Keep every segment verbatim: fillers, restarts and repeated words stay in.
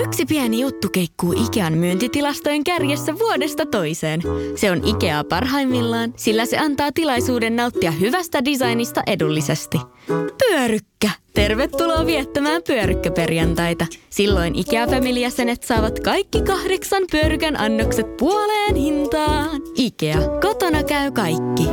Yksi pieni juttu keikkuu Ikean myyntitilastojen kärjessä vuodesta toiseen. Se on Ikea parhaimmillaan, sillä se antaa tilaisuuden nauttia hyvästä designista edullisesti. Pyörykkä! Tervetuloa viettämään pyörykkäperjantaita. Silloin Ikea-familijäsenet saavat kaikki kahdeksan pyörykän annokset puoleen hintaan. Ikea, kotona käy kaikki.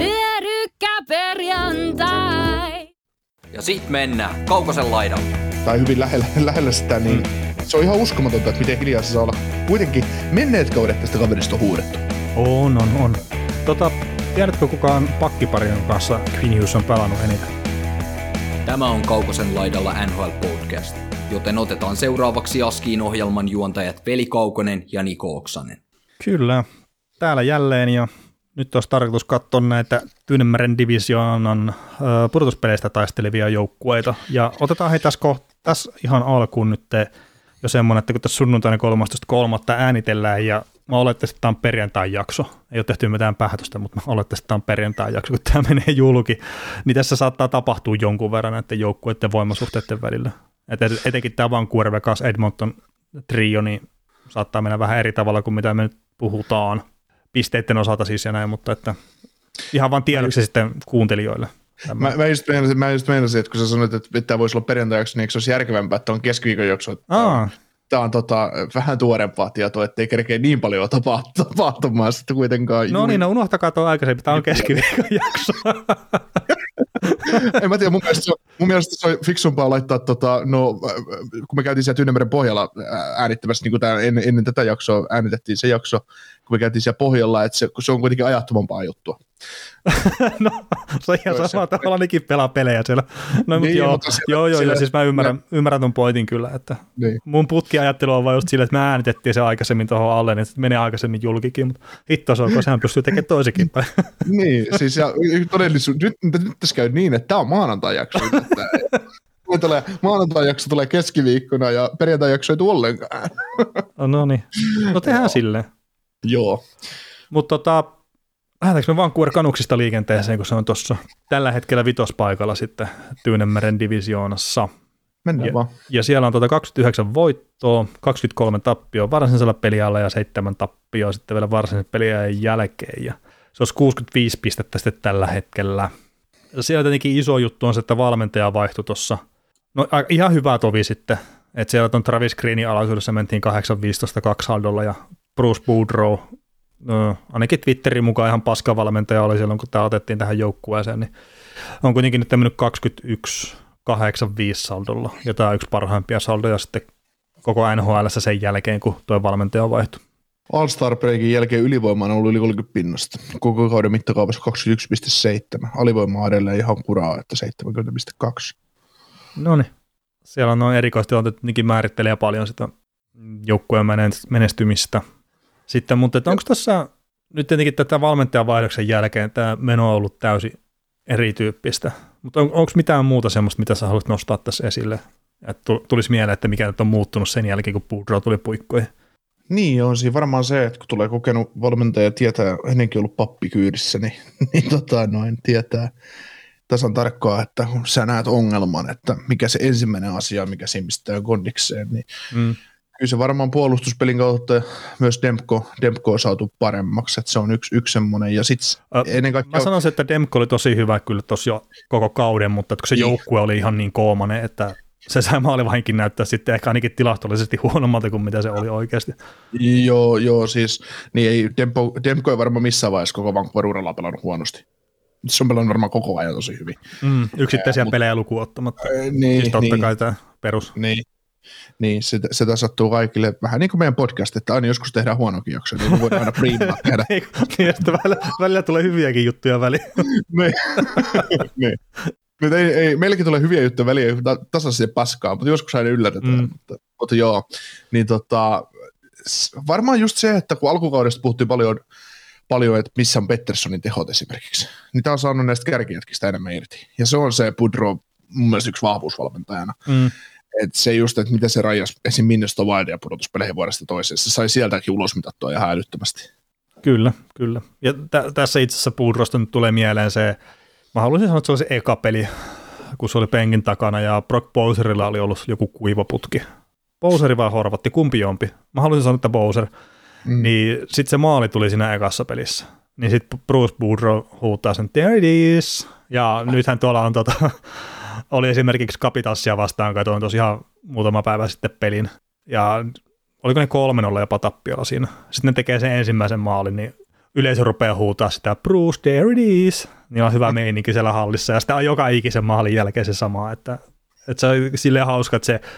Pyörykkäperjantai! Ja sit mennään Kaukosen laidalle. Tai hyvin lähellä, lähellä sitä, niin se on ihan uskomatonta, että miten hiljaa se saa olla. Kuitenkin menneet kaudet tästä kaverista on huudettu. On, on, on. Tota, tiedätkö kukaan pakkiparin kanssa Quinius on pelannut eniten? Tämä on Kaukosen laidalla N H L Podcast, joten otetaan seuraavaksi Askiin ohjelman juontajat Veli Kaukonen ja Niko Oksanen. Kyllä, täällä jälleen ja nyt olisi tarkoitus katsoa näitä Tyynemeren divisioonan äh, pudotuspeleistä taistelevia joukkueita. Ja otetaan hei tässä, koht- tässä ihan alkuun nyt jo semmoinen, että kun tässä sunnuntaina kolmastoista kolmatta äänitellään ja mä olettaisin, että tämä on perjantain jakso. Ei ole tehty mitään päätöstä, mutta mä olettaisin, että tämä on perjantain jakso, kun tämä menee julki. Niin tässä saattaa tapahtua jonkun verran näiden joukkueiden voimasuhteiden välillä. Et etenkin tämä Vancouver, Vegas, Edmonton trio, niin saattaa mennä vähän eri tavalla kuin mitä me nyt puhutaan. Pisteiden osalta siis ja näin, mutta että ihan vaan tiedoksi sitten kuuntelijoille. Mä, mä, just meinasin, mä just meinasin, että kun sä sanoit, että tämä voisi olla perjantai-jakso, niin eikö se olisi järkevämpää, että on keskiviikon jakso. Tämä on tota, vähän tuorempaa tietoa, ettei kerkeä niin paljon tapahtumaan sitten kuitenkaan. No niin, no unohtakaa tuo aikaisemmin, tämä on keskiviikon jakso. En mä tiedä, mun mielestä, se on, mun mielestä se on fiksumpaa laittaa, tota, no, kun me käytiin siellä Tyynemeren pohjalla äänittämässä, niin kuin tämä, ennen, ennen tätä jaksoa äänitettiin se jakso, kun me käytiin siellä pohjalla, että se, se on kuitenkin ajattomampaa juttua. No, se on ihan samalla tavalla nekin pelaa pelejä siellä. No, niin, joo, mutta siellä, joo, joo, siellä, joo, siis mä ymmärrän, ne, ymmärrän ton pointin kyllä, että niin. Mun putkiajattelu on vaan just silleen, että me äänitettiin se aikaisemmin tuohon alle, niin se menee aikaisemmin julkikin, mutta hitto se on, kun sehän pystyy tekemään toisikin päin. Niin, siis ja todellisuus, nyt, nyt tässä käy niin, että tämä on maanantai-jakso. Maanantai-jakso tulee keskiviikkona ja perjantai-jakso ei tule ollenkaan. No niin, no tehdään silleen. Joo. Mutta tota, lähdetäänkö me Vancouver Canucksista liikenteeseen, kun se on tuossa tällä hetkellä vitospaikalla sitten Tyynemeren divisioonassa. Mennään ja, vaan. Ja siellä on tuota kaksikymmentäyhdeksän voittoa, kaksikymmentäkolme tappioa varsinaisella pelialla ja seitsemän tappioa sitten vielä varsinaisen peliajan jälkeen. Ja se olisi kuusikymmentäviisi pistettä sitten tällä hetkellä. Ja siellä tietenkin iso juttu on se, että valmentaja vaihtui tuossa. No ihan hyvä tovi sitten, että siellä tuon Travis Greenin alaisuudessa mentiin kahdeksan viisitoista kaksi haldolla ja Bruce Boudreau, no, ainakin Twitterin mukaan ihan paskavalmentaja oli silloin, kun tämä otettiin tähän joukkueeseen, niin on kuitenkin nyt mennyt kaksikymmentäyksi kahdeksan viisi saldolla, ja tämä on yksi parhaimpia saldoja sitten koko N H L:ssä sen jälkeen, kun tuo valmentaja vaihtui. All-Star Breakin jälkeen ylivoima on ollut yli kolmekymmentä pinnasta. Koko kauden mittakaavassa kaksikymmentäyksi pilkku seitsemän. Alivoima on edelleen ihan kuraa, että seitsemänkymmentä pilkku kaksi. No niin. Siellä on noin erikoistilanteetkin määrittelee paljon sitä joukkueen menestymistä. Sitten, mutta onko tässä nyt tietenkin tätä valmentajavaihdoksen jälkeen tämä meno on ollut täysin erityyppistä, mutta on, onko mitään muuta semmoista, mitä sä haluat nostaa tässä esille? Että tulisi mieleen, että mikä nyt on muuttunut sen jälkeen, kun Boudreau tuli puikkoihin. Niin, on siinä varmaan se, että kun tulee kokenut valmentaja ja tietää, ennenkin ollut pappi kyydissä, niin, niin tota, noin tietää tasan tarkkaan, että kun sä näet ongelman, että mikä se ensimmäinen asia, mikä siinä pistää kondikseen, niin mm. kyllä se varmaan puolustuspelin kautta myös Demko, Demko on saatu paremmaksi, että se on yksi, yksi semmoinen. Ja sit Ä, ennen kaikkea... Mä sanoisin, että Demko oli tosi hyvä kyllä tuossa jo koko kauden, mutta kun se niin. joukkue oli ihan niin koomainen, että se sai maalivahinkin näyttää sitten ehkä ainakin tilastollisesti huonommalta kuin mitä se oli oikeasti. Joo, joo siis niin ei, Demko, Demko ei varmaan missään vaiheessa koko Vancouver-uralla pelannut huonosti. Se on pelannut varmaan koko ajan tosi hyvin. Mm, yksittäisiä äh, pelejä lukuun ottamatta. Äh, niin, siis totta niin, kai tämä perus. Niin, niin se, se taas sattuu kaikille. Vähän niin kuin meidän podcast, että aina joskus tehdään huonokin jaksoja, niin voidaan aina priimaa tehdä. niin, että välillä, välillä tulee hyviäkin juttuja väliin. niin. niin. Nyt ei, ei, meilläkin tulee hyviä juttuja väliin, tasaisia paskaa, mutta joskus aina yllätetään. Mm. Mutta, mutta joo, niin tota, varmaan just se, että kun alkukaudesta puhuttiin paljon, paljon, että missä on Petterssonin tehot esimerkiksi, niin tämä on saanut näistä kärkijätkistä enemmän irti. Ja se on se Boudreau mun mielestä yksi vahvuusvalmentajana. Mm. Että se just, että miten se rajasi esim. Minnesota Wildia pudotuspeleihin vuodesta toiseen. Se sai sieltäkin ulosmitattua ihan älyttömästi. Kyllä, kyllä. Ja t- tässä itse asiassa Boudreausta nyt tulee mieleen se, mä haluaisin sanoa, että se oli se eka peli, kun se oli penkin takana ja Brock Bowserilla oli ollut joku kuivaputki. Bowseri vai Horvatti, kumpi jompi? Mä haluaisin sanoa, että Bowser. Mm. Niin sitten se maali tuli siinä ekassa pelissä. Niin sitten Bruce Boudreau huutaa sen, there it is. Ja nythän tuolla on tota, oli esimerkiksi Capitalsia vastaan, katsoin tosi ihan muutama päivä sitten pelin. Ja oliko ne kolmen olla jopa tappiolla siinä. Sitten ne tekee sen ensimmäisen maalin, niin yleisö rupeaa huutaa sitä, Bruce, there it is. Niin on hyvä meininki siellä hallissa. Ja sitten on joka ikisen maalin jälkeen se sama. Että, että se on silleen hauska, että se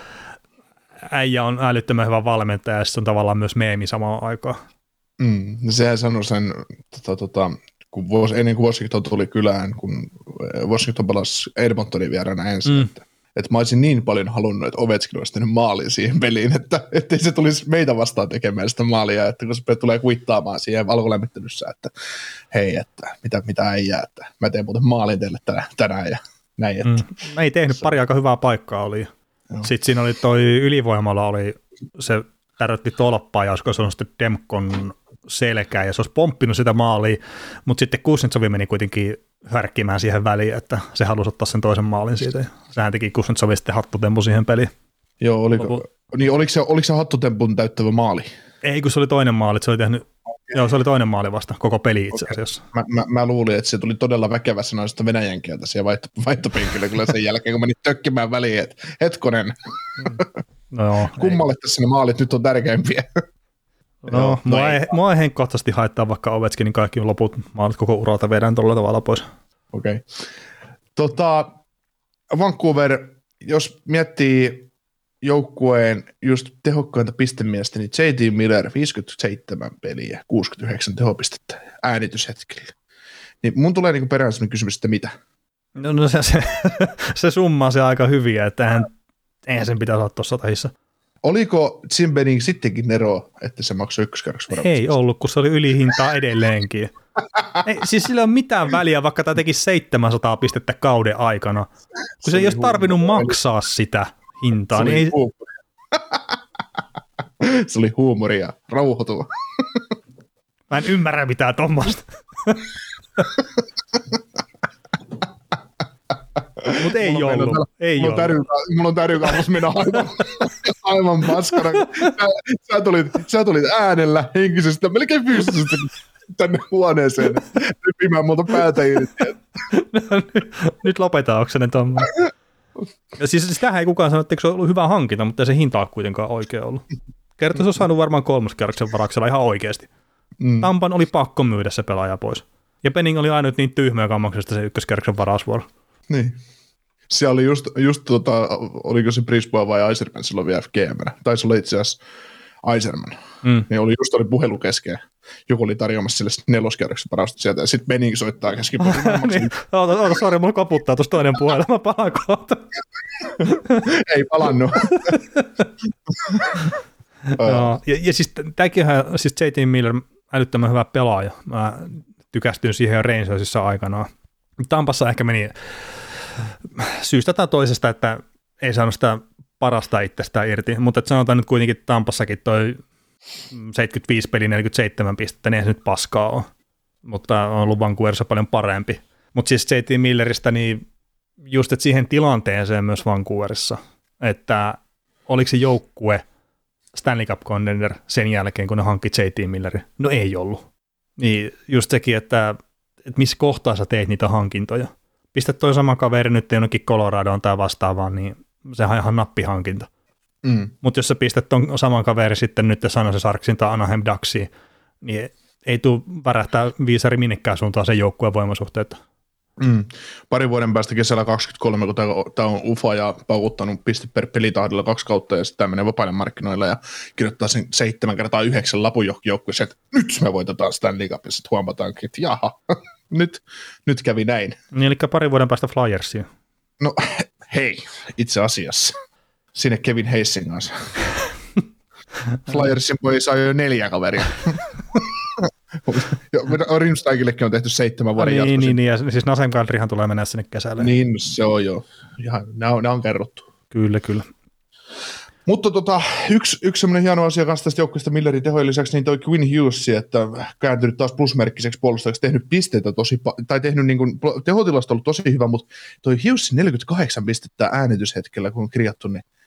äijä on älyttömän hyvä valmentaja ja se on tavallaan myös meemi samaan aikaan. Mm, sehän sanoi sen, tota, tota, kun vuosi, ennen kuin Washington tuli kylään, kun Washington pelasi Edmontonin vieraana ensin, mm. että, että mä olisin niin paljon halunnut, että Ovechkin olisi tehnyt maalin siihen peliin, että ettei se tulisi meitä vastaan tekemään sitä maalia, että kun se tulee kuittaamaan siihen alkulämmittelyssä, että hei, että mitä, mitä ei jää, että mä teen muuten maalin teille tänään ja näin. Että. Mm. Mä ei tehnyt pari aika hyvää paikkaa oli. Joo. Sitten siinä oli toi ylivoimalla, oli se tärötti tolppaa ja olisiko se on sitten Demkon selkää ja se olisi pomppinut sitä maalia, mutta sitten Kuznetsovi meni kuitenkin härkkimään siihen väliin, että se halusi ottaa sen toisen maalin siitä ja sehän teki Kuznetsovi sitten hattutempu siihen peliin. Joo, oliko, Lopu... niin oliko, se, oliko se hattutempun täyttävä maali? Ei, kun se oli toinen maali, se oli tehnyt, okay. Joo, se oli toinen maali vasta, koko peli itse asiassa. Okay. Mä, mä, mä luulin, että se tuli todella väkevässä noista venäjän kieltä siellä vaihto, vaihtopenkillä, kyllä sen jälkeen, kun meni tökkimään väliin, että hetkonen, no joo, kummalle tässä ne maalit nyt on tärkeimpiä. No, joo, mua, ei, mua ei henkkohtaisesti haittaa vaikka Ovechkinin kaikki loput maalit koko uralta vedän tuolla tavalla pois. Okei. Okay. Tota, Vancouver, jos miettii joukkueen just tehokkainta pistemiestä, niin J T Miller viisikymmentäseitsemän peliä, kuusikymmentäyhdeksän tehopistettä äänityshetkillä. Niin mun tulee niinku perään sellainen kysymys, että mitä? No, no se, se, se summaa se aika hyviä, että eihän, eihän sen pitäisi olla tuossa tahissa. Oliko Jim Benning sittenkin nero, että se maksoi ykköskerroksi varoituksesta? Ei ollut, kun se oli ylihintaa edelleenkin. Ei, siis sillä ei ole mitään väliä, vaikka tämä teki seitsemänsataa pistettä kauden aikana. Kun se, se ei olisi tarvinnut maksaa sitä hintaa. Se, niin oli ei... se oli huumoria. Rauhoitua. Mä en ymmärrä mitään tuommoista. Mutta ei mulla ollut. Täällä, ei mulla, ollut. On täry, mulla on tärykaavus mennä aivan, aivan paskana. Sä, sä, tulit, sä tulit äänellä henkisesti, melkein fyysisesti tänne huoneeseen rypimään muuta päätä irti. No, nyt, nyt lopetaan, onko se ne tommoinen? Siis sitähän ei kukaan sano, että se on ollut hyvä hankinta, mutta ei se hinta ole kuitenkaan oikein ollut. Kerta se on saanut varmaan kolmoskerroksen varaksella ihan oikeasti. Mm. Tampan oli pakko myydä se pelaaja pois. Ja Benning oli aina niin tyhmä kammoksesta se ykköskerroksen varausvuoro. Niin. Se oli just, just tota, oliko se Brisbois vai Eiserman silloin vielä G M:nä. Taisi olla itse asiassa Eiserman. Mm. Niin oli just oli puhelu kesken. Joku oli tarjoamassa sille neloskerroksen varausta sieltä, ja sitten Benning soittaa kesken. niin. Oota, oota, sori, mulla koputtaa tuossa toinen puhelu. Mä palaan kohta. Ei palannut. no, ja, ja siis tämäkinhän, siis J T Miller, älyttömän hyvä pelaaja. Mä tykästyin siihen jo Rangersissa aikanaan. Tampassa ehkä meni syystä tai toisesta, että ei saanut sitä parasta itsestään irti, mutta sanotaan nyt kuitenkin Tampassakin toi seitsemänkymmentäviisi peli neljäkymmentäseitsemän pistettä, niin ei se nyt paskaa ole, mutta on ollut Vancouverissa paljon parempi. Mutta siis J T Milleristä, niin just että siihen tilanteeseen myös Vancouverissa, että oliko se joukkue Stanley Cup contender sen jälkeen, kun ne hankki J T Millerin? No ei ollut. Niin just sekin, että, että missä kohtaa sä teet niitä hankintoja. Pistä toi sama kaveri nyt jonnekin Coloradoon tai vastaavaan, niin sehän on ihan nappihankinta. Mm. Mutta jos sä pistät ton saman kaveri sitten nyt San Jose Sharksin tai Anaheim Ducksiin, niin ei tule värähtää viisari minnekään suuntaan sen joukkueen voimasuhteita. Mm. Pari vuoden päästä kesällä kaksikymmentäkolme, kun tämä on U F A ja paukuttanut piste per pelitahdilla kaksi kautta ja sitten tämä menee vapaille markkinoille ja kirjoittaa sen seitsemän kertaa yhdeksän lapun joukkueeseen, että nyt me voitetaan Stanley Cup ja sitten huomataankin, että jaha, nyt, nyt kävi näin. Niin, eli pari vuoden päästä Flyersiin. No hei, itse asiassa. Sinne Kevin Hayesin kanssa. Flyersin voi saa jo neljä kaveria. Rimsteigillekin on tehty seitsemän vuoden niin, jatkoisin. Niin, niin, ja siis Nasem Kadrihan tulee mennä sinne kesälle. Niin, se on jo. Ihan, nämä, on, nämä on kerrottu. Kyllä, kyllä. Mutta tota, yksi, yksi sellainen hieno asia kanssa tästä joukkueesta Millerin tehojen lisäksi, niin toi Quinn Hughes, että kääntynyt taas plusmerkkiseksi puolustajaksi, tehnyt pisteitä tosi, tai tehnyt niin kuin, tehotilasta ollut tosi hyvä, mutta toi Hughesin neljäkymmentäkahdeksan pistettä äänityshetkellä, kun on kirjattu, niin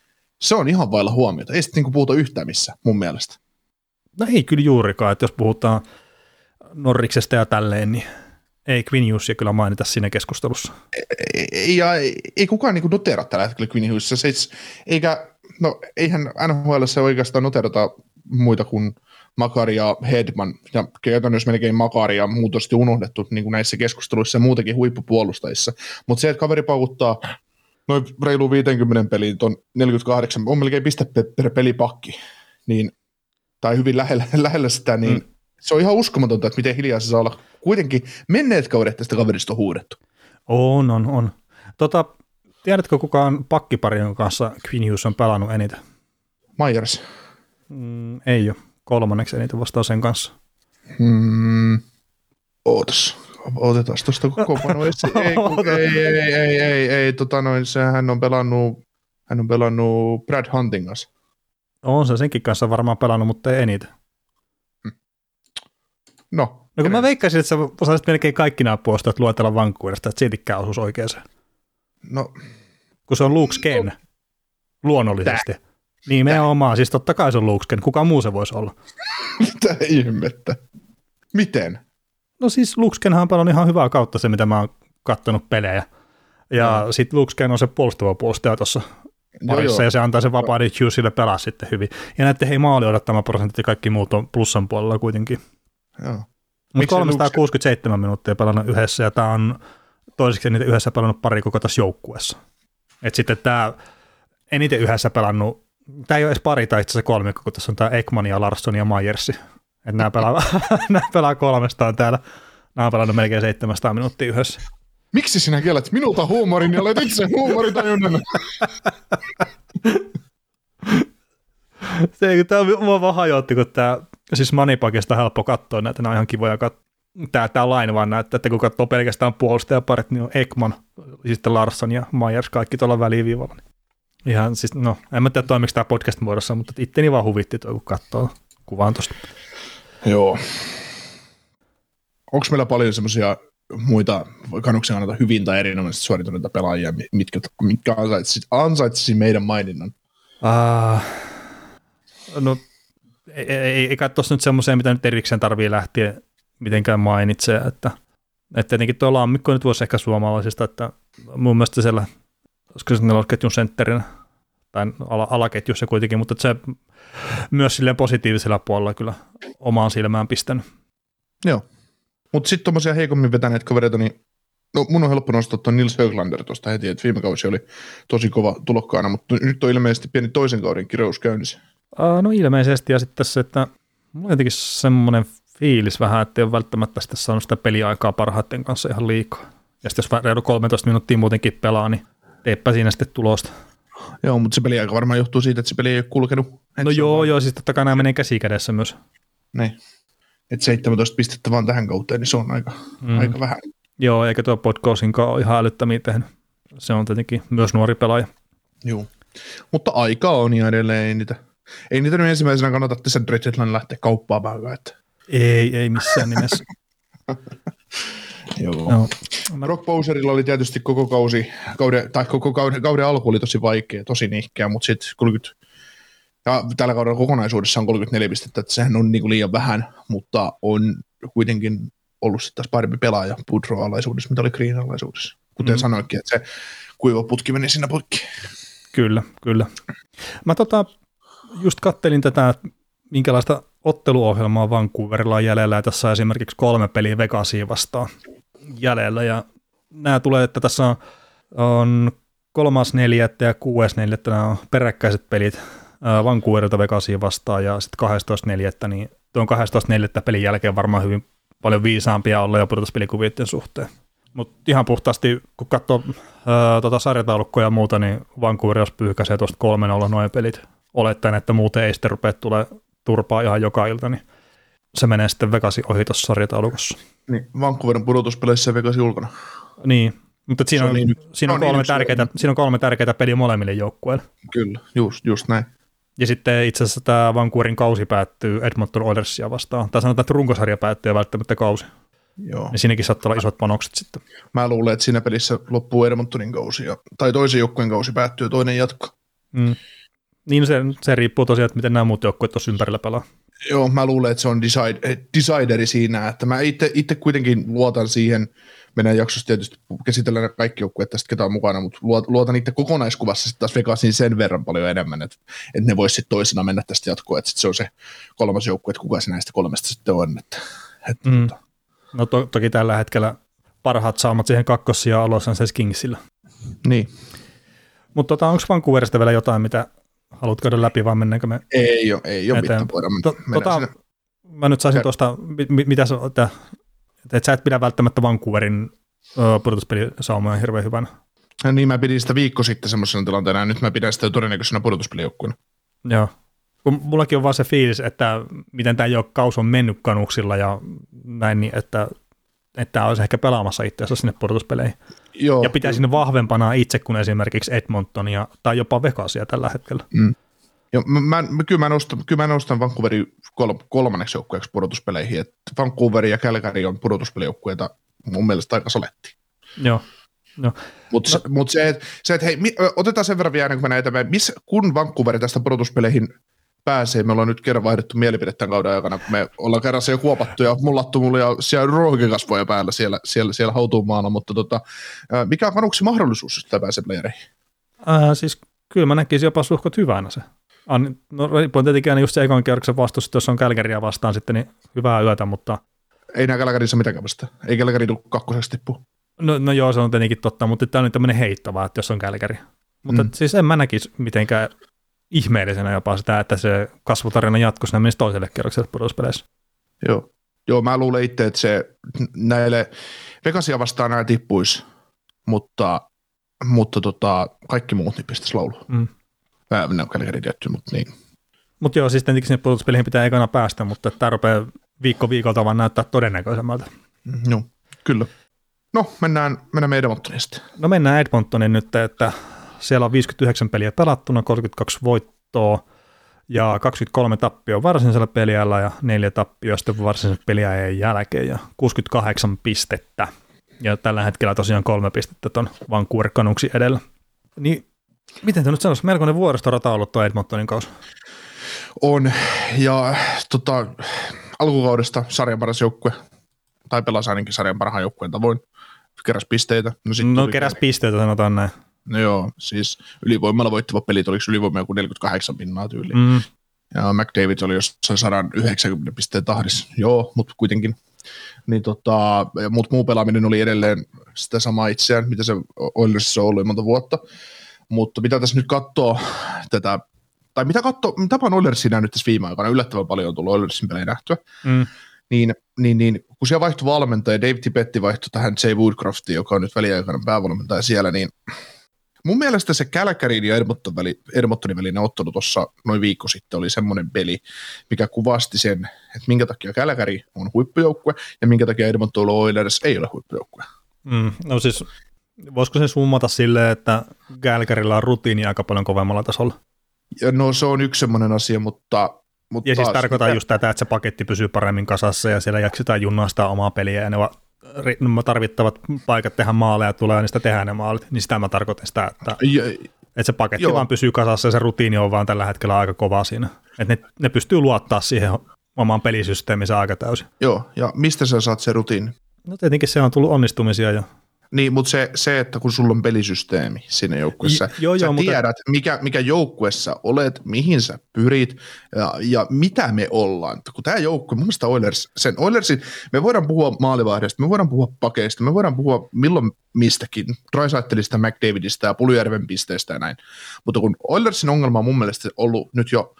Se on ihan vailla huomiota. Ei sitten niinku puhuta yhtään missä, mun mielestä. No ei kyllä juurikaan, että jos puhutaan Norriksesta ja tälleen, niin ei Quinn Hughesia kyllä mainita siinä keskustelussa. Ei, ja ei, ei kukaan niinku notera tällä hetkellä Quinn Hughesia. Se, eikä, no eihän N H L:ssä oikeastaan noterata muita kuin Makari ja Hedman, ja käytännössä melkein Makari ja muut on sitten unohdettu niin kuin näissä keskusteluissa ja muutenkin huippupuolustajissa. Mutta se, että kaveri paukuttaa noin reilu viisikymmentä peliin, ton neljäkymmentäkahdeksan, on melkein piste per pelipakki, niin, tai hyvin lähellä, lähellä sitä, niin mm. se on ihan uskomatonta, että miten hiljaa se saa olla. Kuitenkin menneet kaudet tästä kaverista on huudettu. On, on, on. Tota, tiedätkö kukaan pakkipari, jonka kanssa Quinn Hughes on pelannut eniten? Myers. Mm, ei ole. Kolmanneksi eniten vastaa sen kanssa. Hmm. Ootas. Otetaan tuosta kokoonpanoa. ei, ei, ei, ei, ei, ei, tota noin, se hän on pelannut, hän on pelannut Brad Huntin kanssa. On se senkin kanssa varmaan pelannut, mutta ei eniten. Hmm. No. No kun mä veikkaisin, että sä osaisit melkein kaikki nämä puolustajat luetella Vancouverista, että siitäkään osuisi oikeeseen. No. Kun se on Luke Sken, no. Luonnollisesti. Tää. Nimenomaan, siis totta kai se on Luke Sken. Kuka muu se voisi olla? Mitä ihmettä? Miten? No siis Luke Skenhan on paljon ihan hyvää kautta se, mitä mä oon kattonut pelejä. Ja no. Sitten Luke Sken on se puolustava puolustaja tuossa parissa, joo, ja se antaa sen vapauden Hughesille pelaa sitten hyvin. Ja näette, hei, maali odottama prosentit ja kaikki muut on plussan puolella kuitenkin. Joo. Mutta kolmesataakuusikymmentäseitsemän minuuttia pelannut yhdessä, ja tämä on toiseksi eniten yhdessä pelannut pari koko tässä joukkueessa. Että sitten tämä eniten yhdessä pelannut, tämä ei ole edes pari tai itse asiassa kolmikko, kun tässä on tämä Ekman ja Larsson ja Myersi. Että nämä pelaa, nämä pelaa kolmestaan täällä. Nämä on pelannut melkein seitsemänsataa minuuttia yhdessä. Miksi sinä kiellät minulta huumorin ja olet itse huumoritajunnan? Se, tämä mua vaan hajotti, kun tämä, siis Moneypakista on helppo katsoa näitä, nämä on ihan kivoja katsoa. Tämä, tämä line vaan näyttää, että kun katsoo pelkästään puolustajaparit, niin on Ekman, sitten Larsson ja Myers kaikki tuolla väliviivalla. Ihan siis, no, en mä tiedä toimiko tämä podcast-muodossa, mutta itteni vaan huvitti tuo, kun katsoo kuvaan tuosta. Joo. Onko meillä paljon semmoisia muita kannuksen kannalta hyvin tai erinomaisesti suorituneita pelaajia, mitkä, mitkä ansaitsisi, ansaitsisi meidän maininnan? Uh, no, ei, ei, ei kai tuossa nyt semmoiseen, mitä nyt erikseen tarvii lähteä mitenkään mainitsee, että, että tietenkin tuo Lammikko nyt voisi ehkä suomalaisista, että mun mielestä siellä, olisiko se nelosketjun sentterinä, tai ala, alaketjussa kuitenkin, mutta se myös silleen positiivisella puolella kyllä omaan silmään pistänyt. Joo. Mutta sitten tuommoisia heikommin vetäneet kavereita, niin no mun on helppo nostaa tuon Nils Höglander tuosta heti, että viime kausi oli tosi kova tulokkaana, mutta nyt on ilmeisesti pieni toisen kauden kirous käynnissä. Uh, no ilmeisesti, ja sitten se, että mulla on jotenkin semmoinen fiilis vähän, että ei ole välttämättä sitten saanut sitä peliaikaa parhaiten kanssa ihan liikaa. Ja sitten jos reilu kolmetoista minuuttia muutenkin pelaa, niin teepä siinä sitten tulosta. Joo, mutta se peliaika varmaan johtuu siitä, että se peli ei ole kulkenut. No joo, vaan... joo, siis totta kai nämä menee käsikädessä myös. Niin. Että seitsemäntoista pistettä vaan tähän kauteen, niin se on aika, mm. aika vähän. Joo, eikä tuo Podkosinkaan ole ihan älyttömiä tehnyt. Se on tietenkin myös nuori pelaaja. Joo, mutta aika on ja edelleen ei niitä, ei niitä nyt ensimmäisenä kannata tässä Dredgetlan lähteä kauppaamaan. Että... Ei, ei missään nimessä. Joo. No. Brock Bowserilla oli tietysti koko kausi, kauden, tai koko kauden, kauden alku oli tosi vaikea, tosi nihkeä, mutta sitten kolmekymmentä, ja tällä kaudella kokonaisuudessa on kolmekymmentäneljä pistettä, että sehän on niinku liian vähän, mutta on kuitenkin ollut sitten taas parempi pelaaja Boudreau-alaisuudessa, mitä oli Green-alaisuudessa. Kuten mm. sanoinkin, että se kuiva putki meni siinä poikki. Kyllä, kyllä. Mä tota, just kattelin tätä, minkälaista otteluohjelmaa Vancouverilla on jäljellä, ja tässä on esimerkiksi kolme peliä Vegasia vastaan jäljellä, ja nämä tulee, että tässä on, on kolmas neljättä ja kuudes neljättä, nämä on peräkkäiset pelit äh, Vancouverilta Vegasia vastaan, ja sitten kahdestoista neljättä, niin tuon kahdestoista neljättä pelin jälkeen varmaan hyvin paljon viisaampia olla jo pudotuspelikuvien suhteen. Mutta ihan puhtaasti, kun katsoo ää, tota sarjataulukkoja ja muuta, niin Vancouver jos pyyhkäisee tuosta kolme nolla noin pelit, olettaen, että muuten ei sitten rupea tulee turpaa ihan joka ilta, niin se menee sitten Vegasin ohi tuossa sarjataulukossa. Niin, Vancouverin pudotuspeleissä ja Vegasin ulkona. Niin, mutta siinä on, on, niin, siinä on, kolme, niin tärkeitä, siinä on kolme tärkeitä peliä molemmille joukkueille. Kyllä, just, just näin. Ja sitten itse asiassa tämä Vancouverin kausi päättyy Edmonton Oilersia vastaan. Tai sanotaan, että runkosarja päättyy ja välttämättä kausi. Joo. Ja siinäkin saattaa olla isot panokset sitten. Mä luulen, että siinä pelissä loppuu Edmontonin kausi, ja, tai toisen joukkueen kausi päättyy, toinen jatko. Mm. Niin se, se riippuu tosiaan, että miten nämä muut joukkueet tuossa ympärillä pelaa. Joo, mä luulen, että se on decide, decideri siinä, että mä itse, itse kuitenkin luotan siihen, mennään jaksossa tietysti käsitellään kaikki joukkueet tästä, ketä on mukana, mutta luotan itse kokonaiskuvassa sitten taas Vegasiin sen verran paljon enemmän, että, että ne vois sitten toisena mennä tästä jatkoon, että se on se kolmas joukkue, että kuka se näistä kolmesta sitten on. Että, että mm. tota. No to, toki tällä hetkellä parhaat saamat siihen kakkossijaan Los Angeles Kingsillä. Niin. Mutta tota, onko Vancouverista vielä jotain, mitä haluat käydä läpi, vai mennäänkö me Ei ole, ei ole mitään. To, tota, mä nyt saisin tuosta, mit, mitä sä, että, että sä et pidä välttämättä Vancouverin pudotuspelisaumoja hirveän hyvänä. Ja niin, mä pidin sitä viikko sitten semmoisena tilanteena, ja nyt mä pidän sitä todennäköisenä pudotuspelijoukkueena. Joo. Kun mullakin on vaan se fiilis, että miten tämä kaus on mennyt kanuksilla ja näin, niin että että olisi ehkä pelaamassa itse asiassa sinne pudotuspeleihin. Joo, ja pitäisi ne vahvempana itse kuin esimerkiksi Edmontonia tai jopa Vegasia tällä hetkellä. Mm. Joo, mä, mä, kyllä, mä nostan, kyllä mä nostan Vancouverin kol, kolmanneksi joukkueeksi pudotuspeleihin. Et Vancouver ja Calgary on pudotuspelijoukkueita mun mielestä aika soletti. Joo. No. Mutta no. mut se, että se, et, hei, mi, otetaan sen verran vielä ennen kuin me näitä, miss, kun Vancouver tästä pudotuspeleihin pääsee, me ollaan nyt kerran vaihdettu mielipide tämän kauden aikana, kun me ollaan kerran se jo kuopattu ja mullattu mulle ja siellä ruohikekasvoja päällä siellä, siellä, siellä hautuumaana, mutta tota, mikä on kanuksi mahdollisuus, jos tämä pääsee playereihin? Äh, siis kyllä mä näkisin jopa suhkot hyvänä se. No riippuen tietenkin aina just se ekan kierroksen vastus, jos on Calgarya vastaan sitten, niin hyvää yötä, mutta... Ei nää Calgaryssa mitään vastaan. Ei Calgary tule kakkoseksi tippua. No, no joo, se on tietenkin totta, mutta tämä on nyt tämmöinen heittävä, että jos on Calgary. Mutta mm. siis en mä näkisi mitenkään ihmeellisenä jopa sitä, että se kasvutarina jatkossa menisi toiselle kierrokselle pudotuspeleissä. Joo. Joo, mä luulen itse, että se näille Vegasia vastaan nämä tippuisi, mutta, mutta tota, kaikki muut niin pistäisi lauluun. Mm. Mä en ole Calgary tietty, mutta niin. Mutta joo, siis tietenkin sinne pudotuspeleihin pitää ekana päästä, mutta tämä rupeaa viikko viikolta vaan näyttää todennäköisemmältä. Joo, no, kyllä. No, mennään, mennään Edmontoniin sitten. No mennään Edmontoniin nyt, että siellä on viisikymmentäyhdeksän peliä pelattuna, kolmekymmentäkaksi voittoa ja kaksikymmentäkolme tappioa varsinaisella peliajalla ja neljä tappioa sitten varsinaisen peliajan jälkeen ja kuusikymmentäkahdeksan pistettä. Ja tällä hetkellä tosiaan kolme pistettä ton Vancouver Canucksin edellä. Niin miten te nyt sanoisi, melkoinen vuoristorata ollut tuo Edmontonin kausi? On, ja tota, alkukaudesta sarjan paras joukkue, tai pelasi ainakin sarjan parhaan joukkueen tavoin, keräs pisteitä. No, no keräs pisteitä, sanotaan näin. No joo, siis ylivoimalla voittava pelit, oliko ylivoima joku neljäkymmentäkahdeksan pinnaa tyyliin. Mm. Ja McDavid oli jossain sata yhdeksänkymmentä pisteen tahdissa, joo, mutta kuitenkin. Niin tota, mutta muu pelaaminen oli edelleen sitä samaa itseään, mitä se Oilersissa on ollut monta vuotta. Mutta mitä tässä nyt katsoo tätä, tai mitä katsoo, mitä on Oilersin nähnyt tässä viime aikoina, yllättävän paljon on tullut Oilersin pelejä nähtyä, mm. niin, niin, niin kun siellä vaihtui valmentaja, Dave Tipetti vaihtui tähän Jay Woodcroftiin, joka on nyt väliaikainen päävalmentaja siellä, niin mun mielestä se Calgaryn ja Edmontonin välinen ottelu tuossa noin viikko sitten oli semmoinen peli, mikä kuvasti sen, että minkä takia Calgary on huippujoukkue ja minkä takia Edmonton Oilers ei ole huippujoukkue. Mm, no siis voisiko sen summata silleen, että Calgarylla on rutiini aika paljon kovemmalla tasolla? Ja no se on yksi semmoinen asia, mutta... mutta ja siis taas, tarkoitan mikä... just tätä, että se paketti pysyy paremmin kasassa ja siellä jaksetaan junnastaa omaa peliä ja ne tarvittavat paikat tehdä maaleja tulee ja niistä tehdään ne maalit, niin sitä mä tarkoitan sitä, että, ja, että se paketti joo. vaan pysyy kasassa ja se rutiini on vaan tällä hetkellä aika kova siinä. Että ne, ne pystyy luottaa siihen omaan pelisysteeminsä aika täysin. Joo, ja mistä sä saat se rutiini? No tietenkin se on tullut onnistumisia jo. Niin, mutta se, se, että kun sulla on pelisysteemi siinä joukkueessa, jo, sä jo, tiedät, mutta... mikä, mikä joukkueessa olet, mihin sä pyrit ja, ja mitä me ollaan. Kun tämä joukkue, mun mielestä Oilers, sen Oilersin, me voidaan puhua maalivahdesta, me voidaan puhua pakeista, me voidaan puhua milloin mistäkin, Draisaitlista, McDavidista ja Puljujärven pisteistä ja näin. Mutta kun Oilersin ongelma on mun mielestä ollut nyt jo,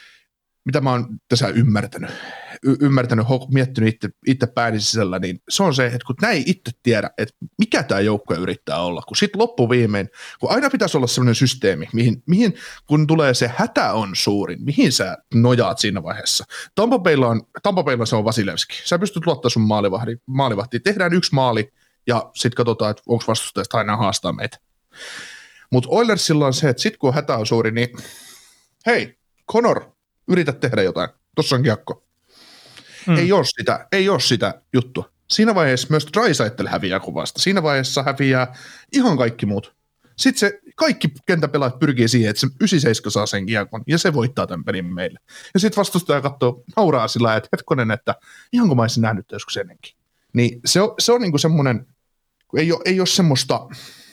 mitä mä oon tässä ymmärtänyt, y- ymmärtänyt, miettinyt itse, itse pääni sisällä, niin se on se, että kun näin itse tiedä, että mikä tämä joukkue yrittää olla, kun sitten loppuviimein, kun aina pitäisi olla sellainen systeemi, mihin, mihin kun tulee se hätä on suurin, mihin sä nojaat siinä vaiheessa. Tampa Baylla on, Tampa Baylla se on Vasilevski. Sä pystyt luottaa sun maalivahtiin, maalivahtiin. Tehdään yksi maali ja sitten katsotaan, että onko vastustajasta aina haastaa meitä. Mutta Oilersilla on se, että sitten kun hätä on suuri, niin hei, Connor, yritä tehdä jotain. Tuossa on kiekko. Mm. Ei ole sitä, ei ole sitä juttua. Siinä vaiheessa myös Draisaitl häviää kuvasta. Siinä vaiheessa häviää ihan kaikki muut. Sitten se, kaikki kentäpelaajat pyrkii siihen, että se yhdeksänkymmentäseitsemän saa sen kiekon, ja se voittaa tämän pelin meille. Ja sitten vastustaja katsoo, nauraa sillä lailla, että hetkonen, että ihanko mä olisin nähnyt joskus ennenkin. Niin se on, se on niinku semmoinen, ei ole, ei ole semmoista,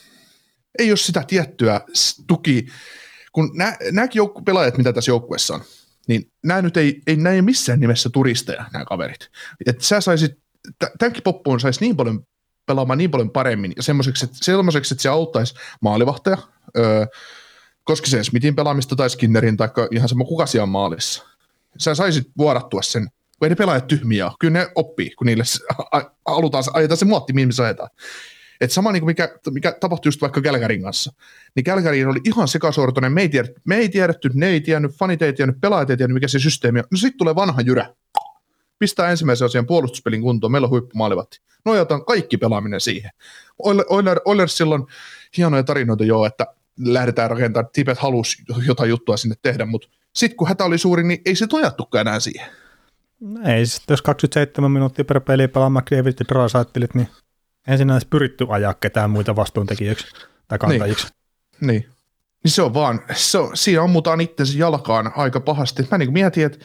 ei ole sitä tiettyä tuki, kun nä, nämäkin joukku, pelaajat, mitä tässä joukkueessa on, niin nämä nyt ei, ei näe missään nimessä turisteja, nämä kaverit. Että sä saisit, tämänkin poppuun saisi niin paljon pelaamaan niin paljon paremmin, ja semmoiseksi, että, semmoiseksi, että se auttaisi maalivahtaja, öö, Koskisen Smithin pelaamista tai Skinnerin, tai ihan sama kuka siellä on maalissa. Sä saisit vuodattua sen, kun ei ne pelaajat tyhmiä ole. Kyllä ne oppii, kun niille halutaan, ajetaan se muotti, mihin me ajetaan. Että sama niin kuin mikä, mikä tapahtui just vaikka Calgaryn kanssa, niin Calgary oli ihan sekasortoinen, me ei, tiedetty, me ei tiedetty, ne ei tiennyt, fanit ei tiennyt, pelaajat ei tiennyt, mikä se systeemi on. No sitten tulee vanha jyrä, pistää ensimmäisen asian puolustuspelin kuntoon, meillä on huippumaalivahti. Nojataan kaikki pelaaminen siihen. Oiler, Oilersilla on hienoja tarinoita jo, että lähdetään rakentamaan, että Tibet halusi jotain juttua sinne tehdä, mutta sitten kun hätä oli suuri, niin ei se nojattukaan enää siihen. Ei, sitten jos kaksikymmentäseitsemän minuuttia per peli pelaa McDavid ja Drasaitlit, niin ensin edes pyritty ajaa ketään muita vastuuntekijöiksi tai kantajiksi. Niin, niin. niin se on vaan, se on, siinä ammutaan itsensä jalkaan aika pahasti. Mä niin mietin, että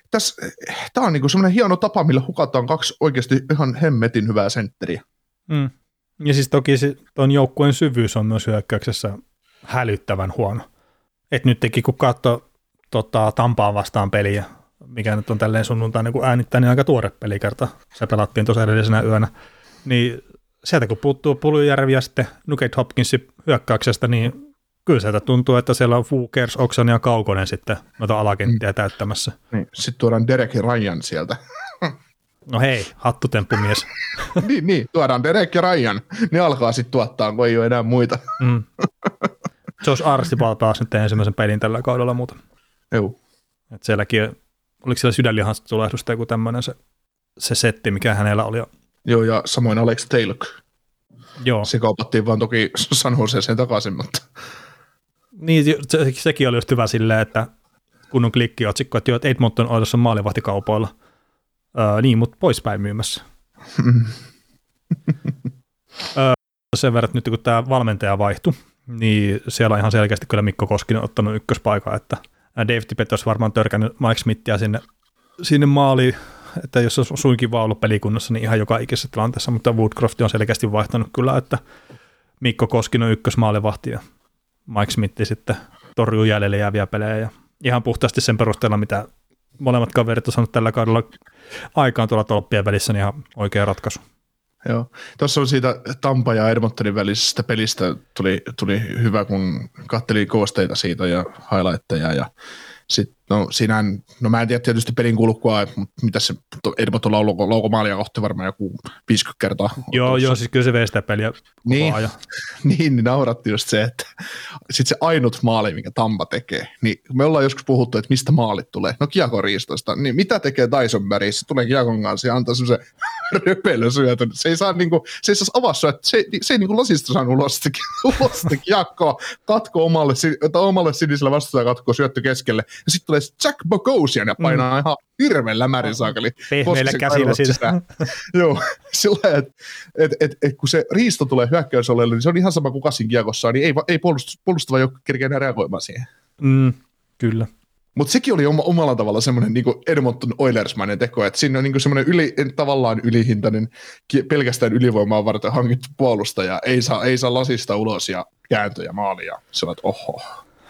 tämä on niin semmoinen hieno tapa, millä hukataan kaksi oikeasti ihan hemmetin hyvää sentteriä. Mm. Ja siis toki tuon joukkueen syvyys on myös hyökkäyksessä hälyttävän huono. Et nyt teki, kun katsoi tota, Tampaan vastaan peliä, mikä nyt on tälleen sunnuntaina, kun äänittää, niin aika tuore pelikerta. Se pelattiin tuossa edellisenä yönä. Niin sieltä kun puuttuu Puljujärvi ja sitten Nugget Hopkinsin hyökkäyksestä, niin kyllä sieltä tuntuu, että siellä on Wookers, Oksan ja Kaukonen sitten noita alakenttiä mm. täyttämässä. Niin. Sitten tuodaan Derek ja Ryan sieltä. No hei, hattutemppumies. niin, niin, tuodaan Derek ja Ryan. Ne alkaa sitten tuottaa, kun ei ole enää muita. mm. Josh Archibald pääsi nyt ensimmäisen pelin tällä kaudella muuta. Joo. Et sielläkin, oliko siellä sydänlihansta tulehdusta joku tämmöinen se, se setti, mikä hänellä oli. Joo, ja samoin Alex Taylor. Joo. Se kaupattiin vaan toki San Joseen takaisin, mutta... Niin, se, sekin oli just hyvä silleen, että kun on klikkiotsikko, että, jo, että Edmonton Oilers on maalivahtikaupoilla. Öö, niin, mutta poispäin myymässä. öö, sen verran, että nyt kun tämä valmentaja vaihtui, niin siellä on ihan selkeästi kyllä Mikko Koskinen ottanut ykköspaikan, että Dave Tippett olisi varmaan törkännyt Mike Smithia sinne, sinne maaliin, että jos on suinkin vaan ollut pelikunnassa, niin ihan joka ikisessä tilanteessa, mutta Woodcroft on selkeästi vaihtanut kyllä, että Mikko Koskinen on ykkösmaalivahti ja Mike Smith sitten torjuu jäljelle jääviä pelejä ja ihan puhtaasti sen perusteella, mitä molemmat kaverit on saanut tällä kaudella aikaan tuolla tolppien välissä, niin ihan oikea ratkaisu. Joo. Tuossa on siitä Tampa ja Edmontonin välisestä pelistä tuli, tuli hyvä, kun katselin koosteita siitä ja highlightteja ja sitten, no siinä, no mä en tiedä tietysti pelin kulkua, mutta mitä se Edmonton lauko, lauko maalia kohti varmaan joku viisikymmentä kertaa. Joo, joo, siis kyllä se vei sitä peliä niin, ajan. Niin, niin nauratti just se, että sitten se ainut maali, minkä Tampa tekee, niin me ollaan joskus puhuttu, että mistä maalit tulee. No kiekoriistosta, niin mitä tekee Tyson Berry? Se tulee kiekon kanssa ja antaa semmoisen röpelösyötön. Se ei saa niinku, se ei saa avaa syötä, se, se ei niinku lasista saanut ulos sitä, ulos sitä kiekkoa, katko omalle, omalle sinisellä vastustaja katkoa syöttö keskelle. Ja sitten tulee Jack Bogosian ja painaa mm. ihan hirveän lämärin saakeli. Pehmeillä käsillä sitä. Joo, sillä että et, et, et, kun se riisto tulee hyökkäysolelle, niin se on ihan sama kuin Kassin kiekossa, niin ei, ei puolustava joukko kerkeä enää reagoimaan siihen. Mm, kyllä. Mutta sekin oli oma, omalla tavalla semmoinen niin Edmonton Oilersmainen teko, että siinä on niin semmoinen yli, tavallaan ylihintainen, pelkästään ylivoimaa varten hankittu puolustaja, ei saa, ei saa lasista ulos ja kääntöjä maalia. Se on, että oho.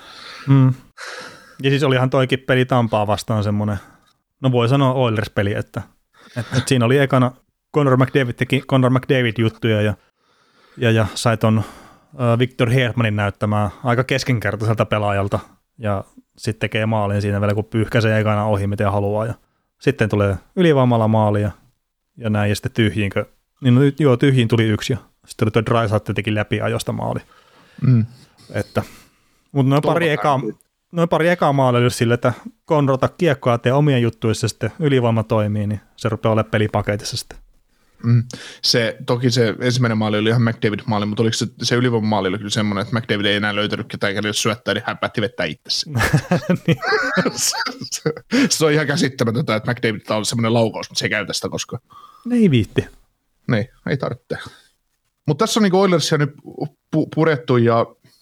Mm. Ja siis olihan toikin peli Tampaa vastaan semmoinen, no voi sanoa Oilers-peli, että, että, että siinä oli ekana Connor McDavid teki Connor McDavid-juttuja ja, ja, ja sai ton uh, Victor Hedmanin näyttämään aika keskinkertaiselta pelaajalta ja sitten tekee maalin siinä vielä, kun pyyhkäisee ekana ohi, miten haluaa ja sitten tulee ylivoimalla maali ja, ja näin ja sitten tyhjiinkö, niin no, joo tyhjiin tuli yksi ja sitten oli tuo Draisaitl teki läpi ajosta maali. Mm. Että, mutta noin pari ekaa Noin pari ekaa maalia sille, että konrota kiekkoa tee omien juttuissa sitten ylivoima toimii, niin se rupeaa olemaan pelipaketissa sitten. Mm. Se, toki se ensimmäinen maali oli ihan McDavid-maali, mutta oliko se, se ylivoima-maali oli kyllä semmoinen, että McDavid ei enää löytänyt ketään, jos syöttää, niin hän päätti vettää itse. niin. se, se, se on ihan käsittämätöntä, että McDavid on semmoinen laukaus, mutta se ei käytä sitä koskaan. Ei viitti. Niin, ei tarvitse. Mutta tässä on niin Oilersia nyt pu- purettu ja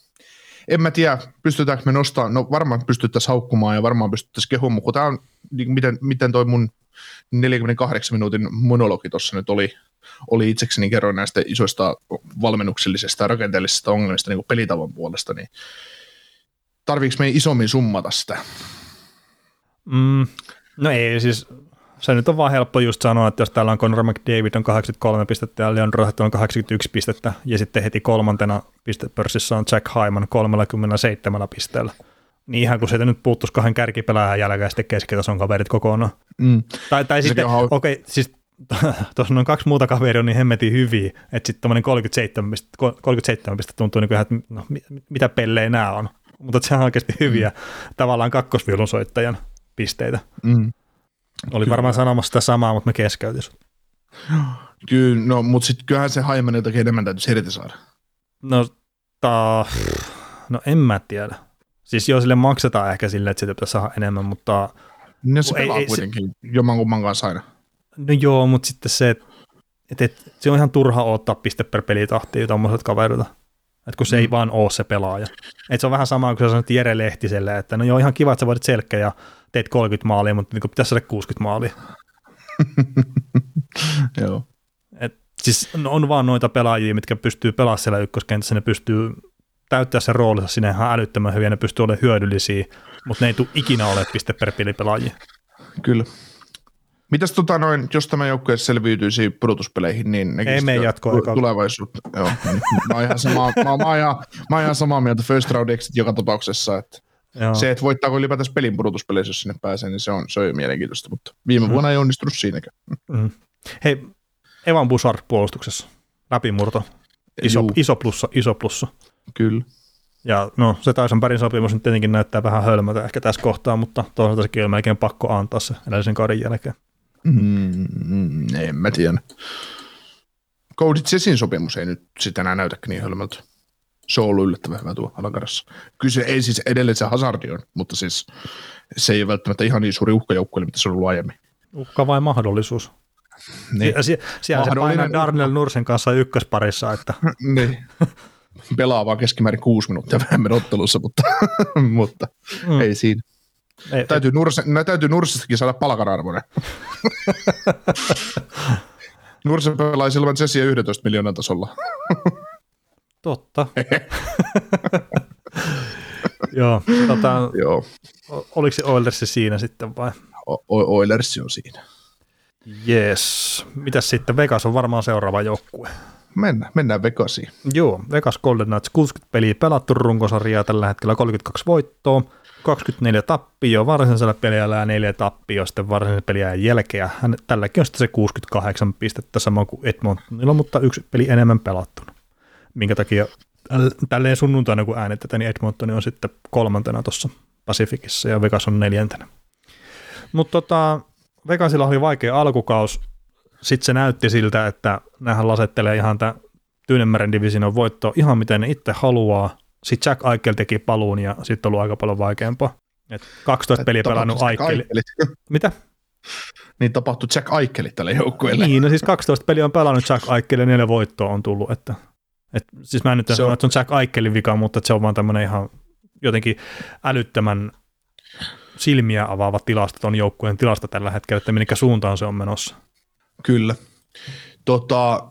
en mä tiedä, pystytäänkö me nostamaan, no varmaan pystyttäisiin haukkumaan ja varmaan pystyttäisiin kehumaan, kun tämä on, niin miten, miten toi mun neljänkymmenenkahdeksan minuutin monologi tuossa nyt oli, oli itsekseni kerroin näistä isoista valmennuksellisista ja rakenteellisista ongelmista niin kuin pelitavan puolesta, niin tarviiko me isommin summata sitä? Mm, no ei, siis se nyt on vaan helppo just sanoa, että jos täällä on Connor McDavid on kahdeksankymmentäkolme pistettä ja Leon Draisaitl on kahdeksankymmentäyksi pistettä ja sitten heti kolmantena pistepörssissä on Jack Hyman kolmekymmentäseitsemän pisteellä. Niin ihan kun sieltä nyt puuttuisi kahden kärkipelaajan jälkeen ja sitten keskitason kaverit kokonaan. Mm. Tai, tai sitten, okei, okay, siis tuossa noin kaksi muuta kaveria on niin hemmetin hyviä, että sitten tuommoinen kolmekymmentäseitsemän pistettä, kolmekymmentäseitsemän pistettä tuntuu, niin kuin, että no, mitä pellejä nämä on. Mutta se on oikeasti hyviä, mm. tavallaan kakkosviulun soittajan pisteitä. Mm. Oli Kyllä. varmaan sanomassa sitä samaa, mutta me keskeytin sut. Kyllä, no, mutta sitten kyllähän se Hyman jotakin enemmän täytyisi irti saada. No, ta, no en mä tiedä. Siis joo, sille maksetaan ehkä silleen, että sitä pitäisi saada enemmän, mutta... No se pelaa ei, kuitenkin se, jommankumman kanssa aina. No joo, mutta sitten se, että et, et, se on ihan turha ottaa piste per pelitahtia tuommoiset kaverilta. Että kun se mm. ei vaan ole se pelaaja. Että se on vähän sama kuin sä sanoit Jere Lehtiselle, että no joo, ihan kiva, että sä voit selkeä ja teet kolmekymmentä maalia, mutta niin pitäisi saada kuusikymmentä maalia. Joo. Et siis on vaan noita pelaajia, mitkä pystyy pelaamaan siellä ykköskentässä, ne pystyy täyttää sen roolinsa sinne ihan älyttömän hyviä, ne pystyy olemaan hyödyllisiä, mutta ne ei tule ikinä ole piste per pelipelaajia. Kyllä. Mitäs tota noin, jos tämä joukkue selviytyisi pudotuspeleihin, niin ei mene jatkoa tulevaisuutta. Joo. Mä oon ihan samaa, mä, mä, ihan, mä oon ihan samaa mieltä first round exit joka tapauksessa, että Joo. se, että voittaako ylipäätänsä pelin pudotuspeleissä, jos sinne pääsee, niin se on, se on jo mielenkiintoista, mutta viime mm. vuonna ei onnistunut siinäkään. Mm. Hei, Evan Bouchard puolustuksessa, läpimurto, iso, iso plussa, iso plussa. Kyllä. Ja no, se Tyson-Berryn sopimus nyt tietenkin näyttää vähän hölmöltä ehkä tässä kohtaa, mutta toisaalta sekin on melkein pakko antaa se edellisen kauden jälkeen. Mm, en mä tiedä. Cody Chessin sopimus ei nyt sitten enää näytä niin hölmöltä. Se on ollut yllättävän hyvä tuo Alakarassa. Kyllä se ei siis edelleen se Hazardi on, mutta siis se ei ole välttämättä ihan niin suuri uhkajoukkueelle, mitä se on ollut aiemmin. Uhka vai mahdollisuus? Niin. Sie- siellä se painaa Darnell Nursen kanssa ykkösparissa. Että... niin. Pelaa vaan keskimäärin kuusi minuuttia vähemmän ottelussa, mutta, mutta mm. ei siinä. Ei, täytyy, Nurse, täytyy Nursestakin saada palkanarvoinen. Nurse pelaa silloin Jessia yksitoista miljoonan tasolla. Totta. Joo, tota, Joo. Oliko se Oilersi siinä sitten vai? O- Oilersi on siinä. Jes. Mitäs sitten? Vegas on varmaan seuraava joukkue. Mennään, mennään Vegasiin. Joo, Vegas Golden Knights kuusikymmentä peliä pelattu runkosarjaa tällä hetkellä kolmekymmentäkaksi voittoa, kaksikymmentäneljä tappioa varsinaisella peliällä ja neljä tappioa sitten varsinaisella peliäjän jälkeen. Hän, tälläkin on sitten se kuusikymmentäkahdeksan pistettä samoin kuin Edmontonilla, mutta yksi peli enemmän pelattuna. Minkä takia tälleen sunnuntaina kun äänitetään, niin Edmonton on sitten kolmantena tuossa Pacificissa ja Vegas on neljäntenä. Mutta tota, Vegasilla oli vaikea alkukaus. Sitten se näytti siltä, että nämähän lasettelee ihan tämän Tyynemeren divisionan voittoa ihan miten ne itse haluaa. Sitten Jack Eichel teki paluun ja sitten on ollut aika paljon vaikeampaa. Et kaksitoista peliä pelannut Eichel. Mitä? Niin tapahtui Jack Eichelit tälle joukkueelle. Niin, no siis kaksitoista peliä on pelannut Jack Eichel ja neljä voittoa on tullut. Että, et, siis mä en nyt sano, että se on Jack Eichelin vika, mutta se on vaan tämmöinen ihan jotenkin älyttömän silmiä avaava tilasto ton joukkueen tilasta tällä hetkellä, että minkä suuntaan se on menossa. Kyllä. Tota,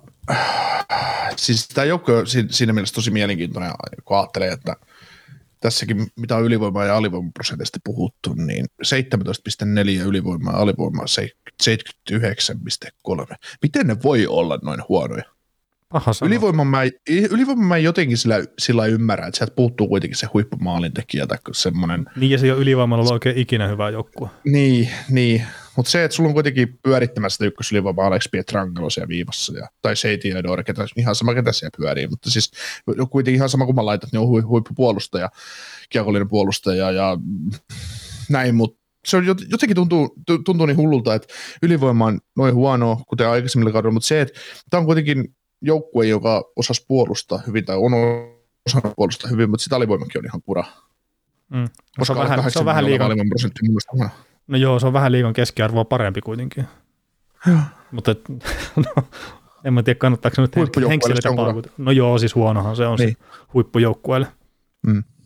siis tämä joukko on siinä mielessä tosi mielenkiintoinen, kun ajattelee, että tässäkin, mitä on ylivoimaa ja alivoimaprosentista puhuttu, niin seitsemäntoista pilkku neljä ylivoimaa ja alivoimaa seitsemänkymmentäyhdeksän pilkku kolme. Miten ne voi olla noin huonoja? Ylivoiman mä, ylivoiman mä jotenkin sillä, sillä ymmärrä, että sieltä puuttuu kuitenkin se huippumaalintekijä tai semmoinen. Niin, ja se ei ole ylivoimalla ollut oikein ikinä hyvä joukkue. Niin, niin. Mutta se, että sulla on kuitenkin pyörittämässä sitä ykkösylivoimaa Alex Pietrangelo siellä viivassa, ja, tai Shea Theodore, ketä, ihan sama ketä siellä pyörii, mutta siis kuitenkin ihan sama, kun mä laitat, niin on hu, huippupuolustaja, kiekollinen puolustaja ja näin, mutta se on jotenkin tuntuu, tuntuu niin hullulta, että ylivoima on noin huonoa, kuten aikaisemmilla kaudella, mutta se, että tämä on kuitenkin joukkue, joka osasi puolustaa hyvin, tai on osannut puolustaa hyvin, mutta sitä alivoimakin on ihan kura. Mm. Se on vähän, se on vähän liikan. No joo, se on vähän liikan keskiarvoa parempi kuitenkin. Joo. Mutta et, no, en mä tiedä, kannattaako se nyt henkseleitä paukuta. No joo, siis huonohan se on niin. Se huippujoukkueelle. Mm.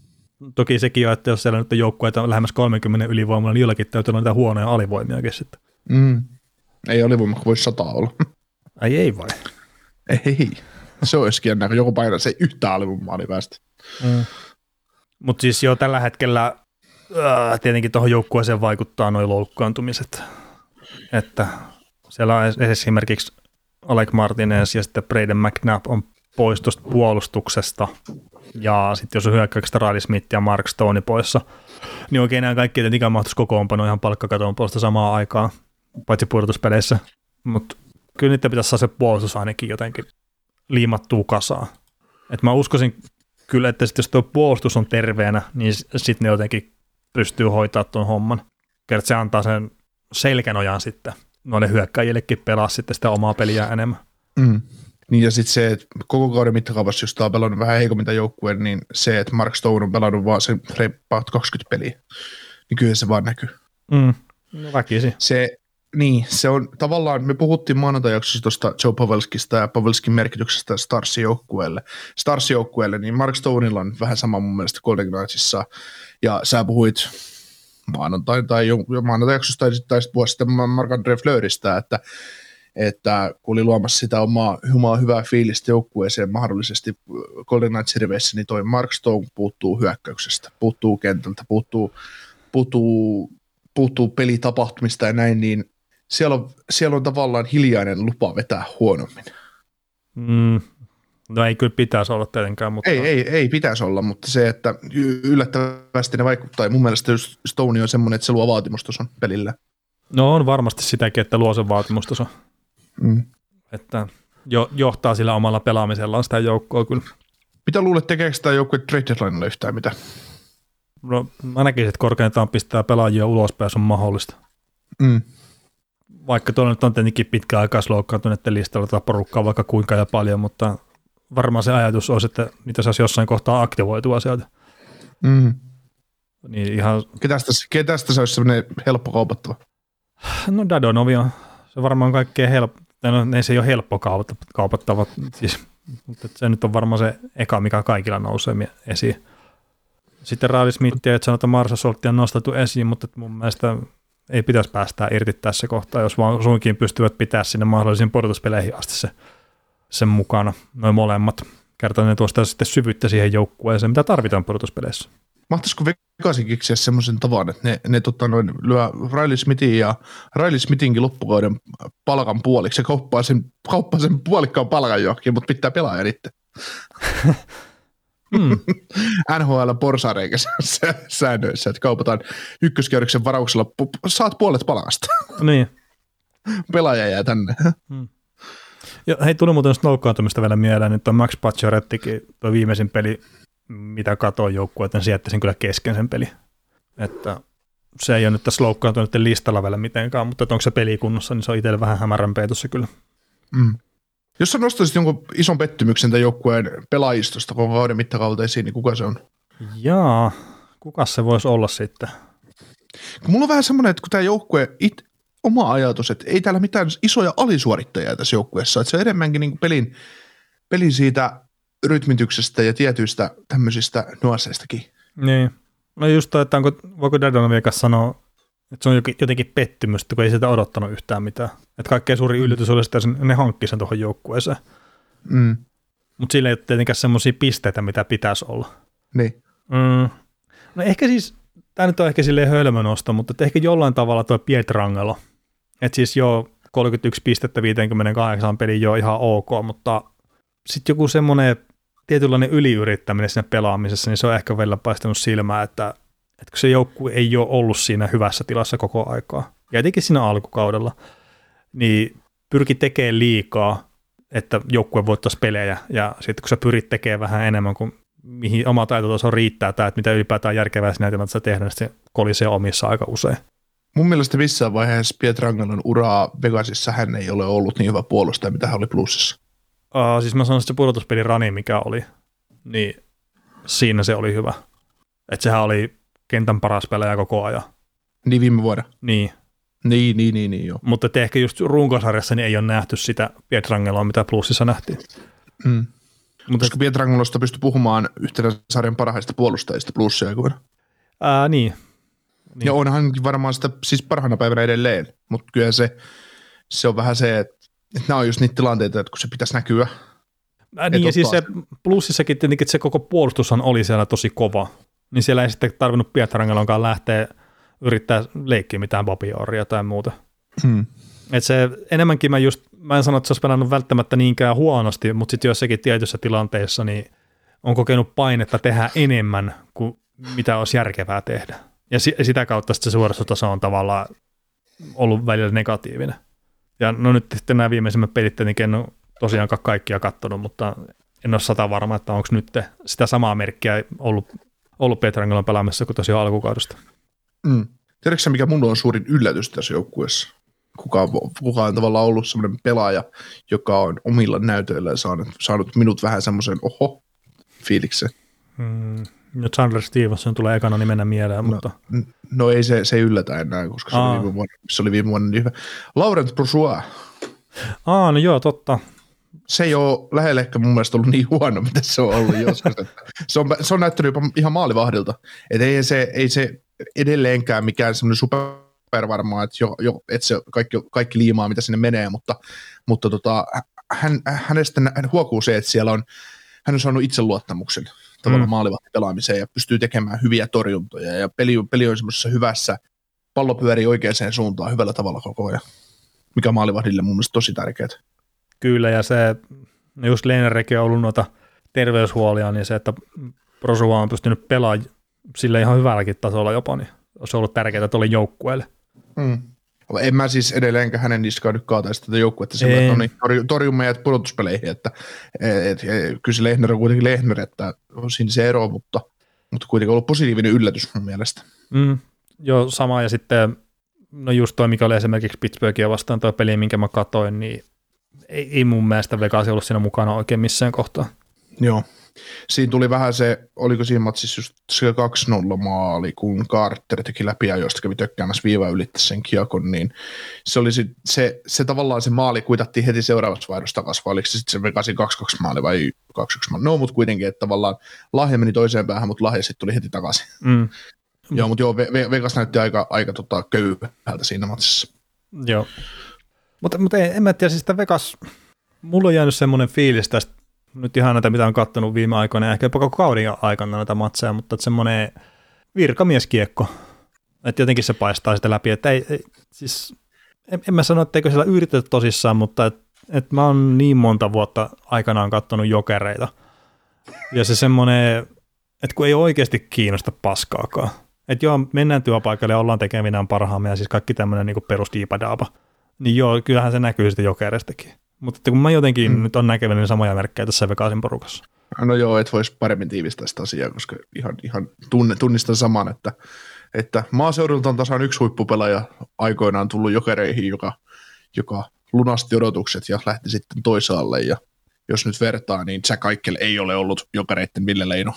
toki sekin on, että jos siellä nyt on joukkueita lähemmäs kolmekymmentä ylivoimalla, niin jollakin täytyy olla niitä huonoja alivoimiakin sitten. Mm. Ei alivoima, kun voisi sata olla. Ai ei vai? Ei, se olisikin jännä, kun joku painaa, se ei yhtään alivoimaa niin päästä. Mm. Mutta siis jo tällä hetkellä äh, tietenkin tuohon joukkueeseen vaikuttaa nuo loukkaantumiset. Että siellä on esimerkiksi Alec Martinez ja sitten Braden McNabb on pois tuosta puolustuksesta. Ja sitten jos on hyökkäyksestä Riley Smith ja Mark Stone poissa, niin oikein nämä kaikki tietenkään mahtuisi kokoonpanoon ihan palkkakaton puolesta samaan aikaan, paitsi pudotuspeleissä. Mutta kyllä niitä pitäisi saada se puolustus ainakin jotenkin liimattua kasaan. Et mä uskoisin kyllä, että sit jos tuo puolustus on terveenä, niin sitten ne jotenkin pystyy hoitaa tuon homman. Kerta se antaa sen selkänojan sitten noille hyökkäjillekin pelaa sitten sitä omaa peliä enemmän. Mm. Niin ja sitten se, että koko kauden mittakaavassa, jos tämä on pelannut vähän heikomminta joukkueen, niin se, että Mark Stone on pelannut vaan sen reippaat kaksikymmentä peliä, niin kyllä se vaan näkyy. Mm. No väkisi. Se, niin, se on tavallaan, me puhuttiin maanantajaksossa tuosta Joe Pavelskista ja Pavelskin merkityksestä Starsin joukkueelle. Starsin joukkueelle, niin Mark Stonella on vähän sama mun mielestä Golden Knightsissa, ja sä puhuit maanantain tai maanantajaksossa tai, tai sitten vuosi sitten Marc-André Fleuristä, että että kun oli luomassa sitä omaa, omaa hyvää fiilistä joukkueeseen mahdollisesti Golden Knights-riveissä, niin toi Mark Stone puuttuu hyökkäyksestä, puuttuu kentältä, puuttuu, puuttuu, puuttuu pelitapahtumista ja näin, niin siellä on, siellä on tavallaan hiljainen lupa vetää huonommin. Mm. No ei kyllä pitäisi olla tietenkään. Mutta... Ei, ei, ei pitäisi olla, mutta se, että yllättävästi ne vaikuttaa, ja mun mielestä Stone on semmoinen, että se luo vaatimustason pelillä. No on varmasti sitäkin, että luo sen vaatimustason. Mm. Että jo, johtaa sillä omalla pelaamisellaan sitä joukkoa kyllä. Mitä luulet, tekeekö sitä joukkue trade deadlinella yhtään mitä? No mä näkisin, että korkeintaan pistää pelaajia ulospäin, jos on mahdollista. Mm. Vaikka tuolla nyt on tietenkin pitkäaikaisloukkaantuneiden listalla tai porukkaa vaikka kuinka ja paljon, mutta varmaan se ajatus olisi, että niitä saisi jossain kohtaa aktivoitua sieltä. Mm. Niin ihan... Ketästä, ketästä se olisi sellainen helppo kaupattava? No Dadonovia, se varmaan kaikkein helppo, no ei se ei ole helppo kaupattava, siis, mutta se nyt on varmaan se eka, mikä kaikilla nousee esiin. Sitten Riley Smithia, että sanotaan Marchessaultia on nostettu esiin, mutta mun mielestä ei pitäisi päästää irti tässä kohtaa, jos vaan suinkin pystyvät pitää sinne mahdollisiin pudotuspeleihin asti se, sen mukana, noin molemmat. Kertaan ne tuosta sitten syvyyttä siihen joukkueeseen, mitä tarvitaan pudotuspeleissä. Mahtaisiko Vegasin keksiä semmoisen tavan, että ne, ne tota, noin, lyö Riley Smithin ja Riley Smithinkin loppukauden palkan puoliksi ja kauppaa sen, kauppaa sen puolikkaan palkan johonkin, mutta pitää pelaajan itse. Mm. N H L porsareikä säännöissä, että kaupataan ykköskierroksen varauksella, saat puolet palkasta. Niin. Pelaaja jää tänne. Mm. Ja hei, tuli muuten loukkaantumista vielä mieleen, että Max Paciorettikin, tuo viimeisin peli, mitä katoin joukkueet, niin jättäisin kyllä kesken sen peli. Että se ei ole nyt tässä loukkaantuneiden listalla vielä mitenkään, mutta onko se pelikunnossa, niin se on itselle vähän hämärän peitossa kyllä. Mm. Jos sä nostaisit jonkun ison pettymyksen tämän joukkueen pelaajistosta koko kauden mittakaudelta esiin, niin kuka se on? Jaa, kuka se voisi olla sitten? Kun mulla on vähän semmoinen, että kun tämä joukkue, it, oma ajatus, että ei täällä mitään isoja alisuorittajia tässä joukkueessa, että se on enemmänkin niin kuin pelin, pelin siitä rytmityksestä ja tietyistä tämmöisistä nuanseistakin. Niin. No just toi, että onko, voiko Dadonoviakas sanoa, että se on jotenkin pettymystä, kun ei sitä odottanut yhtään mitään. Että kaikkein suuri yllätys oli sitä, että ne hankki sen tuohon joukkueeseen. Mm. Mutta sillä ei ole tietenkään semmoisia pisteitä, mitä pitäisi olla. Niin. Mm. No ehkä siis, tämä nyt on ehkä silleen hölmönosto, mutta ehkä jollain tavalla tuo Pietrangelo. Että siis joo, kolmekymmentäyksi pistettä viisikymmentäkahdeksan peliä jo ihan ok, mutta sitten joku semmoinen tietynlainen yliyrittäminen siinä pelaamisessa, niin se on ehkä vielä paistanut silmää, että, että kun se joukkue ei ole ollut siinä hyvässä tilassa koko aikaa, ja etenkin siinä alkukaudella, niin pyrki tekemään liikaa, että joukkue voittaisi pelejä, ja sitten kun sä pyrit tekemään vähän enemmän kuin mihin oma taitotaso riittää, tai että mitä ylipäätään järkevää siinä tilanteessa tehdä, niin se kolisee omissa aika usein. Mun mielestä missään vaiheessa Pietrangelon uraa Vegasissa hän ei ole ollut niin hyvä puolustaja, mitä hän oli plussissa. Uh, siis mä sanon, että se pudotuspeli rani, mikä oli, niin siinä se oli hyvä. Että sehän oli kentän paras pelaaja koko ajan. Niin viime vuonna? Niin. Niin, niin, niin, niin joo. Mutta ehkä just runkosarjassa niin ei ole nähty sitä Pietrangeloa, mitä plussissa nähtiin. Mm. Mutta koska Pietrangolosta pystyi puhumaan yhtenä sarjan parhaista puolustajista plussa-aikoina. Ää, niin. niin. Ja onhan varmaan sitä siis parhaana päivänä edelleen, mutta kyllä se, se on vähän se, että, että nämä on just niitä tilanteita, että kun se pitäisi näkyä. Ää, niin ja siis se plussissakin tietenkin, että se koko puolustushan oli siellä tosi kova, niin siellä ei sitten tarvinnut Pietrangelonkaan lähteä yrittää leikkiä mitään Babioria tai muuta. Hmm. Että se enemmänkin mä just, mä en sano, että se olisi pelannut välttämättä niinkään huonosti, mutta sitten jossakin tietyissä tilanteissa niin on kokenut painetta tehdä enemmän kuin mitä olisi järkevää tehdä. Ja sitä kautta se suoritustaso on tavallaan ollut välillä negatiivinen. Ja no nyt sitten nämä viimeisimmät pelit tietenkin en ole tosiaankaan kaikkia katsonut, mutta en ole sata varma, että onko nyt sitä samaa merkkiä ollut, ollut Pietrangelon pelaamassa kuin tosiaan alkukaudesta. Mm. Tiedätkö mikä mun on suurin yllätys tässä joukkueessa? Kuka on, kuka on tavallaan ollut semmoinen pelaaja, joka on omilla näytöillä saanut, saanut minut vähän semmoisen oho fiiliksen. Mm. Nyt Chandler Stevenson tulee ekana nimenä mieleen, no, mutta... No ei se, se ei yllätä enää, koska se oli, viime vuonna, se oli viime vuonna niin hyvä. Laurent Brossoit. Aa, no joo, totta. Se ei ole lähellekään mun mielestä ollut niin huono, mitä se on ollut joskus. se, on, se on näyttänyt jopa ihan maalivahdilta. Että ei se, ei se edelleenkään mikään semmoinen supervarmaa, että, jo, jo, että se kaikki, kaikki liimaa, mitä sinne menee, mutta, mutta tota, hän, hänestä hän huokuu se, että siellä on, hän on saanut itseluottamuksen tavallaan mm. maalivahtipelaamiseen ja pystyy tekemään hyviä torjuntoja ja peli, peli on semmoisessa hyvässä, pallo pyörii oikeaan suuntaan hyvällä tavalla koko ajan, mikä maalivahdille mun mielestä tosi tärkeää. Kyllä, ja se, just Lehnerkin on ollut noita terveyshuolia, niin se, että Brossoit on pystynyt pelaamaan sille ihan hyvälläkin tasolla jopa, niin olisi ollut tärkeää tuolle joukkueelle. Mm. En mä siis edelleenkään hänen niskaan nyt kaataisi tätä joukkuetta sillä, että no niin, torjuu meidät pudotuspeleihin, että et, et, kyllä se Lehner on kuitenkin Lehner, että on siinä se ero, mutta, mutta kuitenkin ollut positiivinen yllätys mun mielestä. Mm. Joo, sama ja sitten, no just toi, mikä oli esimerkiksi Pittsburghia vastaan toi peli, minkä mä katoin, niin ei, ei mun mielestä Vegas ollut siinä mukana oikein missään kohtaa. Joo. Siinä tuli vähän se, oliko siinä matsissa just se kaksi nolla maali, kun Carter teki läpi ja josta kävi tökkäämässä viiva ylittää sen kiekon, niin se oli se, se, se tavallaan se maali kuitattiin heti seuraavassa vaihdossa takaisin, vai oliko se sitten se Vegasin kaksi kaksi maali vai kaksi yksi maali? No, mutta kuitenkin, että tavallaan Lahja meni toiseen päähän, mutta Lahja sitten tuli heti takaisin. Mm. Joo, mutta joo, Vegas näytti aika, aika tota, köyhältä siinä matsissa. Joo, mutta, mutta en, en mä tiedä, siis Vegas, mulla on jäänyt semmoinen fiilis tästä, nyt ihan näitä, mitä on katsonut viime aikoina, ja ehkä jopa koko kauden aikana näitä matseja, mutta että semmoinen virkamieskiekko, että jotenkin se paistaa sitä läpi, että ei, ei siis, en, en mä sano, etteikö siellä yritetä tosissaan, mutta että et mä oon niin monta vuotta aikanaan katsonut Jokereita, ja se semmoinen, että kun ei oikeasti kiinnosta paskaakaan, että joo, mennään työpaikalle ja ollaan tekevinään parhaamme, ja siis kaikki tämmöinen niin perusdiipadaapa, niin joo, kyllähän se näkyy sitten Jokeristakin. Mutta kun mä jotenkin mm. nyt on näkevinä niin samoja merkkejä tässä Vegasin porukassa. No joo, et voisi paremmin tiivistää sitä asiaa, koska ihan, ihan tunne, tunnistan saman, että, että maaseudulta on tasan yksi huippupelaaja aikoinaan tullut Jokereihin, joka, joka lunasti odotukset ja lähti sitten toisaalle. Ja jos nyt vertaa, niin Jack Eichel ei ole ollut Jokereitten Ville Leino.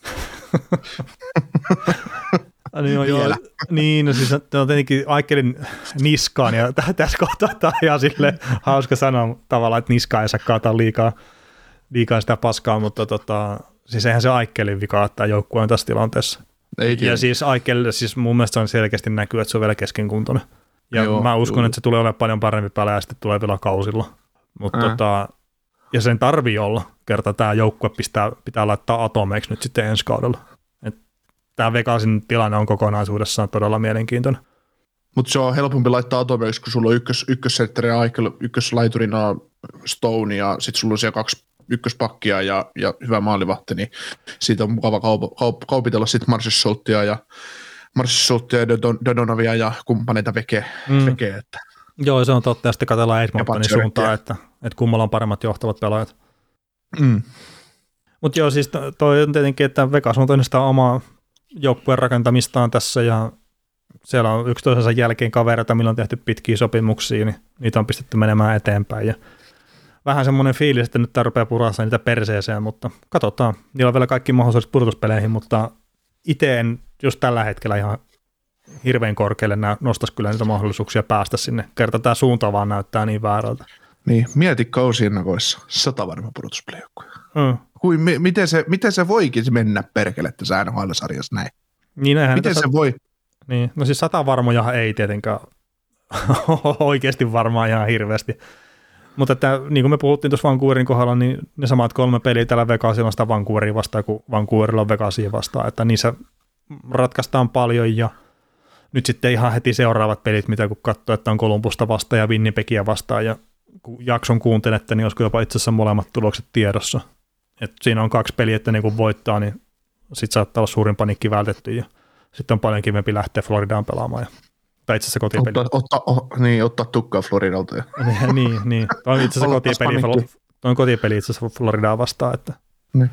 Niin, on, joo, niin, no siis on tietenkin Aikkelin niskaan, ja tässä kohtaa tämä on ihan silleen hauska sanoa tavallaan, että niskaan ei saa kaataa liikaa, liikaa sitä paskaa, mutta tota, siis eihän se Aikkelin vika, että tämä joukkue on tässä tilanteessa. Ei ja siis Aikkel, siis mun mielestä on selkeästi näkyy, että se on vielä keskenkuntoinen. Ja joo, mä uskon, joo. että se tulee olemaan paljon parempi pelaaja ja sitten tulee vielä kausilla. Mutta äh. tota, ja sen tarvii olla, kerta tämä joukkue pitää, pitää laittaa atomeiksi nyt sitten ensi kaudella. Tämä Vegasin tilanne on kokonaisuudessaan todella mielenkiintoinen. Mutta se on helpompi laittaa atomeiksi, kun sulla on ykkös, ykkössentteri ja ykköslaiturina Stone ja sitten sulla on siellä kaksi ykköspakkia ja, ja hyvä maalivahti, niin siitä on mukava kaup- kaup- kaupitella sitten Marcus Schultzia ja Marcus Schultzia ja Dodonovia ja kumppaneita veke, mm. veke että. Joo, se on totta, ja sitten katsellaan Edmontonin suuntaan, että, että kummalla on paremmat johtavat pelaajat. Mm. Mutta joo, siis toi on tietenkin, että Vegas on toinen sitä omaa joukkueen rakentamistaan tässä, ja siellä on yksi toisensa jälkeen kavereita, millä on tehty pitkiä sopimuksia, niin niitä on pistetty menemään eteenpäin, ja vähän semmoinen fiilis, että nyt tämä rupeaa purassa niitä perseeseen, mutta katsotaan, niillä on vielä kaikki mahdollisuudet pudotuspeleihin, mutta itse en just tällä hetkellä ihan hirveän korkealle nostaisi kyllä niitä mahdollisuuksia päästä sinne, kerta tämä suunta vaan näyttää niin väärältä. Niin, mieti kausiennakoissa, sata varma pudotuspelijoukkue. Mm. Kuin, mi- miten, se, miten se voikin mennä perkele tässä N H L-sarjassa näin? Niin, miten tässä, se voi? Niin, no siis sata varmojahan ei tietenkään oikeasti varmaan ihan hirveästi. Mutta että, niin kuin me puhuttiin tuossa Vancouverin kohdalla, niin ne samat kolme peliä täällä Vegasilla on sitä Vancouveria vastaan, kun Vancouverilla on Vegasia vastaan. Että niissä ratkaistaan paljon ja nyt sitten ihan heti seuraavat pelit, mitä kun katsoo, että on Columbusta vastaan ja Winnipegia vastaan ja kun jakson kuuntelette, niin olisiko jopa itse asiassa molemmat tulokset tiedossa. Että siinä on kaksi peliä, että niin kun voittaa, niin sitten saattaa olla suurin panikki vältetty ja sitten on paljon kivempi lähteä Floridaan pelaamaan. Ja, tai itse asiassa kotipeli. Ottaa, ottaa, oh, niin, ottaa tukkaa Floridalta. Ja. niin, niin. Toi on itse asiassa kotipeli, toi on kotipeli itse asiassa Floridaan vastaan. Että. Niin,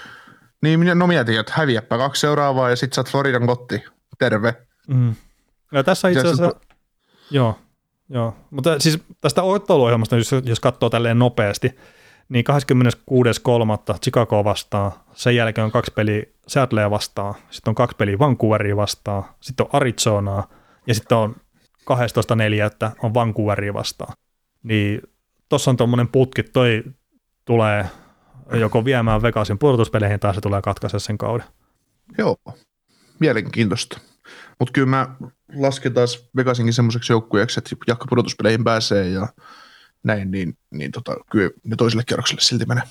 niin no mietin, että häviäpä kaksi seuraavaa ja sitten saat Floridan kotiin. Terve. Mm. Ja tässä itse asiassa, Mitäs... joo, joo, mutta siis tästä otteluohjelmasta, jos, jos katsoo tälleen nopeasti, niin kahdeskymmeneskuudes kolmas Chicago vastaan, sen jälkeen on kaksi peliä Seattlea vastaan, sitten on kaksi peliä Vancouveria vastaan, sitten on Arizonaa ja sitten on kahdestoista neljättä on Vancouveria vastaan. Niin tuossa on tuommoinen putki, toi tulee joko viemään Vegasin pudotuspeleihin tai se tulee katkaista sen kauden. Joo, mielenkiintoista. Mutta kyllä mä lasken taas Vegasinkin semmoiseksi joukkueeksi, että jakka pudotuspeleihin pääsee ja näin, niin, niin tota, kyllä ne toiselle kierrokselle silti menee.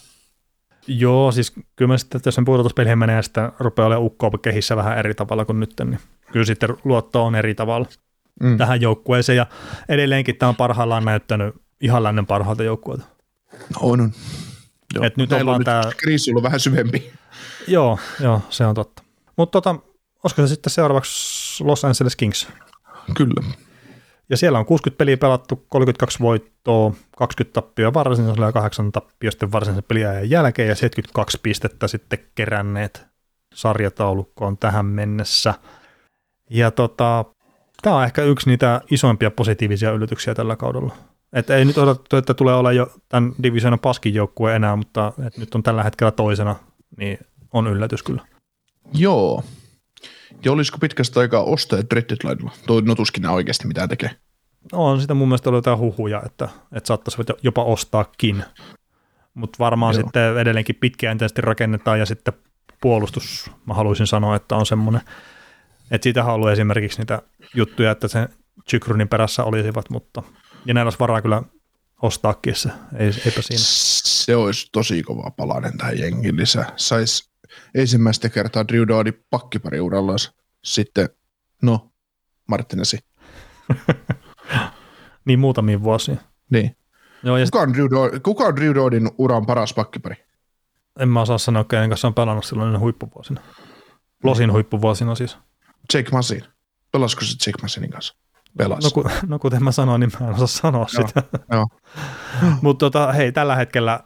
Joo, siis kyllä mä sitten, että jos sen pudotuspeleihin menee ja sitten rupeaa olemaan ukkoa kehissä vähän eri tavalla kuin nyt, niin kyllä sitten luotto on eri tavalla mm. tähän joukkueeseen ja edelleenkin tämä on parhaillaan näyttänyt ihan lännen parhaalta joukkueelta. No on, on. Joo. Et nyt on vaan tämä... kriisi ollut vähän syvempi. Joo, joo, se on totta. Mutta tota, olisiko se sitten seuraavaksi Los Angeles Kings? Kyllä. Ja siellä on kuusikymmentä peliä pelattu, kolmekymmentäkaksi voittoa, kaksikymmentä tappioa varsinaisella ja kahdeksan tappioa sitten varsinaisen peliajan jälkeen ja seitsemänkymmentäkaksi pistettä sitten keränneet sarjataulukkoon tähän mennessä. Ja tota, tämä on ehkä yksi niitä isoimpia positiivisia yllätyksiä tällä kaudella. Että ei nyt odotettu, että tulee olla jo tämän divisioonan paskin joukkue enää, mutta että nyt on tällä hetkellä toisena, niin on yllätys kyllä. Joo. Ja olisiko pitkästä aikaa ostajat Reddit-laidalla? Toi notuskin oikeasti mitä tekee. On sitä mun mielestä ollut jotain huhuja, että, että saattaisivat jopa ostaakin. Mutta varmaan Joo. sitten edelleenkin pitkäjänteisesti rakennetaan ja sitten puolustus, mä haluaisin sanoa, että on semmoinen, että siitä haluaa esimerkiksi niitä juttuja, että sen Chykrunin perässä olisivat, mutta ja näillä olisi varaa kyllä ostaakin se, ei, eipä siinä. Se olisi tosi kova palanen tähän jengiin lisää. Saisi ensimmäistä kertaa Drew Doughty pakkipari urallaan. Sitten, no, Martinesi. Niin muutamiin vuosiin. Niin. Joo, ja kuka, on Drew Doughty, kuka on Drew Doughtyn uran paras pakkipari? En mä osaa sanoa, kenen kanssa on pelannut silloin huippuvuosina. Losin huippuvuosina siis. Jake Masin. Pelasiko se Jake Masinin kanssa? Pelas. No, ku, no kuten mä sanoin, niin mä en osaa sanoa Joo, sitä. Joo. Mutta tota, hei, tällä hetkellä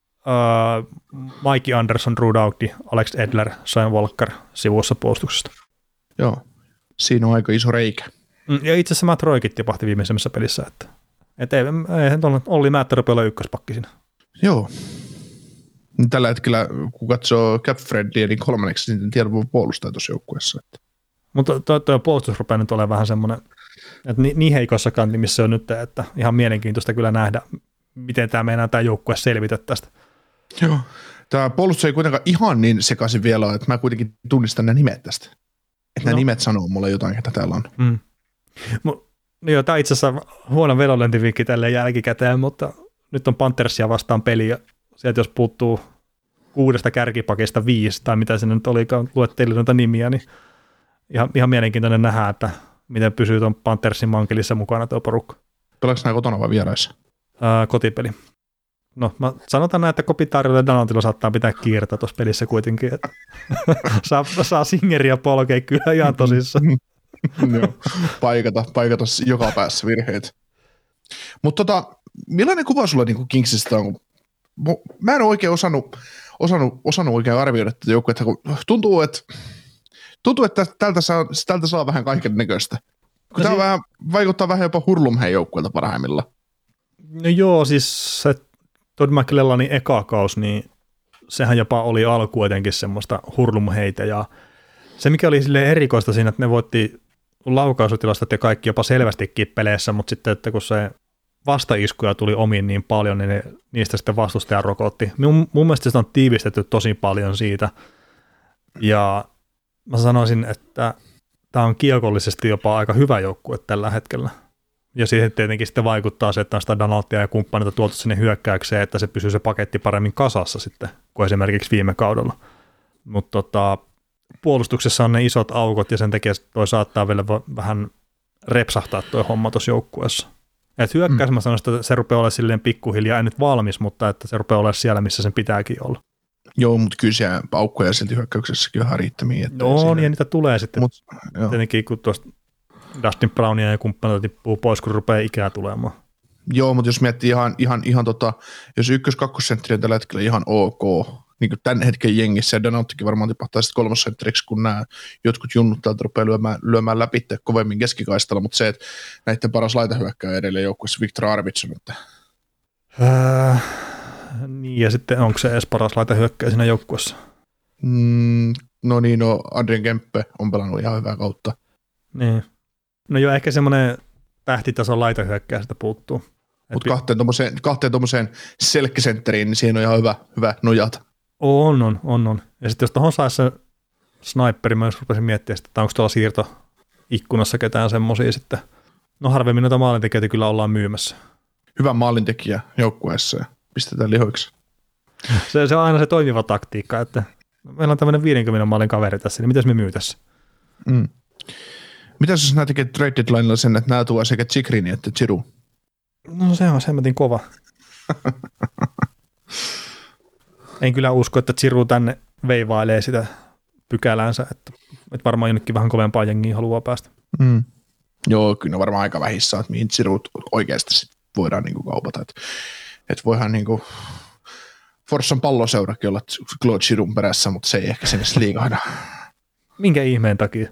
uh, Mikey Anderson, Drew Doughty, Alex Edler, Shane Walker sivussa puolustuksesta. Joo, siinä on aika iso reikä. Ja itse asiassa Matt Roykit tipahti viimeisemmässä pelissä, että et ei, ei Olli Määttä rupeaa olla ykköspakki siinä. Joo. Tällä hetkellä, kun katsoo Capfredia, niin kolmanneksi niin tiedä voi puolustaa tuossa joukkueessa. Mutta tuo, tuo puolustus rupeaa nyt olemaan vähän semmoinen, että niin, niin heikossa kantimissa on nyt, että ihan mielenkiintoista kyllä nähdä, miten tämä meinaa tämä joukkue selvitä tästä. Joo. Tämä puolustus ei kuitenkaan ihan niin sekaisin vielä ole, että mä kuitenkin tunnistan nämä nimet tästä. Että nämä no. nimet sanoo mulle jotain, ketä täällä on. Mm. Mut, joo, tämä itse asiassa huono vedonlyöntivinkki tälleen jälkikäteen, mutta nyt on Panthersia vastaan peli, ja sieltä jos puuttuu kuudesta kärkipakista viisi, tai mitä se nyt olikaan, luettelin noita nimiä, niin ihan, ihan mielenkiintoinen nähdä, että miten pysyy tuon Panthersin mankelissa mukana tuo porukka. Pelaatko nämä kotona vai vieraissa? Ää, kotipeli. No, mä sanotaan näin, että Kopitarilla ja Donaldilla saattaa pitää kiirettä tuossa pelissä kuitenkin, että saa, saa Singeria polkea kyllä ihan tosissaan. Joo, paikata, paikata joka päässä virheet. Mutta tota, millainen kuva sulla niinku Kingsistä on? Mä en ole oikein osannut, osannut, osannut oikein arvioida tätä joukkuetta, kun tuntuu, että tuntuu, että tältä saa, tältä saa vähän kaiken näköistä. Kun no tämä si- vähän, vaikuttaa vähän jopa Hurlumheen joukkueelta parhaimmillaan. No joo, siis se Todd McClellandin eka kaus, niin sehän jopa oli alku jotenkin semmoista Hurlumheitä, ja se mikä oli silleen erikoista siinä, että ne voitti laukausutilastot ja kaikki jopa selvästikin peleissä, mutta sitten, että kun se vastaiskuja tuli omiin niin paljon, niin ne, niistä sitten vastustaja rokotti. Mun, mun mielestä sitä on tiivistetty tosi paljon siitä, ja mä sanoisin, että tämä on kiekollisesti jopa aika hyvä joukkue tällä hetkellä. Ja siihen tietenkin sitten vaikuttaa se, että on sitä Donaldia ja kumppaneita tuotu sinne hyökkäykseen, että se pysyy se paketti paremmin kasassa sitten kuin esimerkiksi viime kaudella. Mutta tota, puolustuksessa on ne isot aukot ja sen takia toi saattaa vielä vähän repsahtaa toi homma tuossa joukkueessa. Että hyökkäys mm. mä sanoisin, että se rupeaa olemaan silleen pikkuhiljaa, ei nyt valmis, mutta että se rupeaa olemaan siellä, missä sen pitääkin olla. Joo, mutta kyllä siellä paukkoja silti hyökkäyksessäkin ihan riittämiä. No siinä... ja niitä tulee sitten. Mut, tietenkin kun tuosta Dustin Brownia ja kumppaneita tippuu pois, kun rupeaa ikää tulemaan. Joo, mutta jos miettii ihan, ihan, ihan tota, jos ykkös-kakkosentteri on tällä hetkellä ihan ok, niin kuin tämän hetken jengissä, ja Donaldkin varmaan tipahtaa sitten kolmosentteriksi, kun nämä jotkut junnut täältä rupeaa lyömään, lyömään läpi kovemmin keskikaistalla, mutta se, että näiden paras laitahyökkääjä edelleen joukkueessa Viktor Arvidsson. Että... Öö, niin, ja sitten onko se edes paras laitahyökkääjä siinä joukkueessa? Mm, no niin, no Adrien Kempe on pelannut ihan hyvää kautta. Niin. No joo, ehkä semmoinen tähtitason laitahyökkääjä sitä puuttuu. Mutta kahteen tuommoiseen, kahteen tuommoiseen selkkisentteriin, niin siinä on ihan hyvä, hyvä nojata. On, on, on, on. Ja sitten jos tuohon saisi se sniperi, mä jos rupesin miettimään, että onko tuolla siirtoikkunassa ketään semmoisia sitten. No harvemmin noita maalintekijöitä kyllä ollaan myymässä. Hyvä maalintekijä joukkueessa ja pistetään lihoiksi. Se, se on aina se toimiva taktiikka, että meillä on tämmöinen viidenkymmenen maalin kaveri tässä, niin mitäs me myy tässä? Mm. Mitäs jos nämä tekee trade deadlinella sen, että nämä tuo sekä Chikrini että Chiru? No se on semmoinen kova. En kyllä usko, että Chiru tänne veivailee sitä pykälänsä, että, että varmaan jonnekin vähän kovempaa jengiä haluaa päästä. Mm. Joo, kyllä varmaan aika vähissä, että mihin Chiru oikeasti sit voidaan niinku kaupata. Että et voihan niinku Forssan palloseurakin olla Claude Chirun perässä, mutta se ei ehkä sinne liikahda. Minkä ihmeen takia?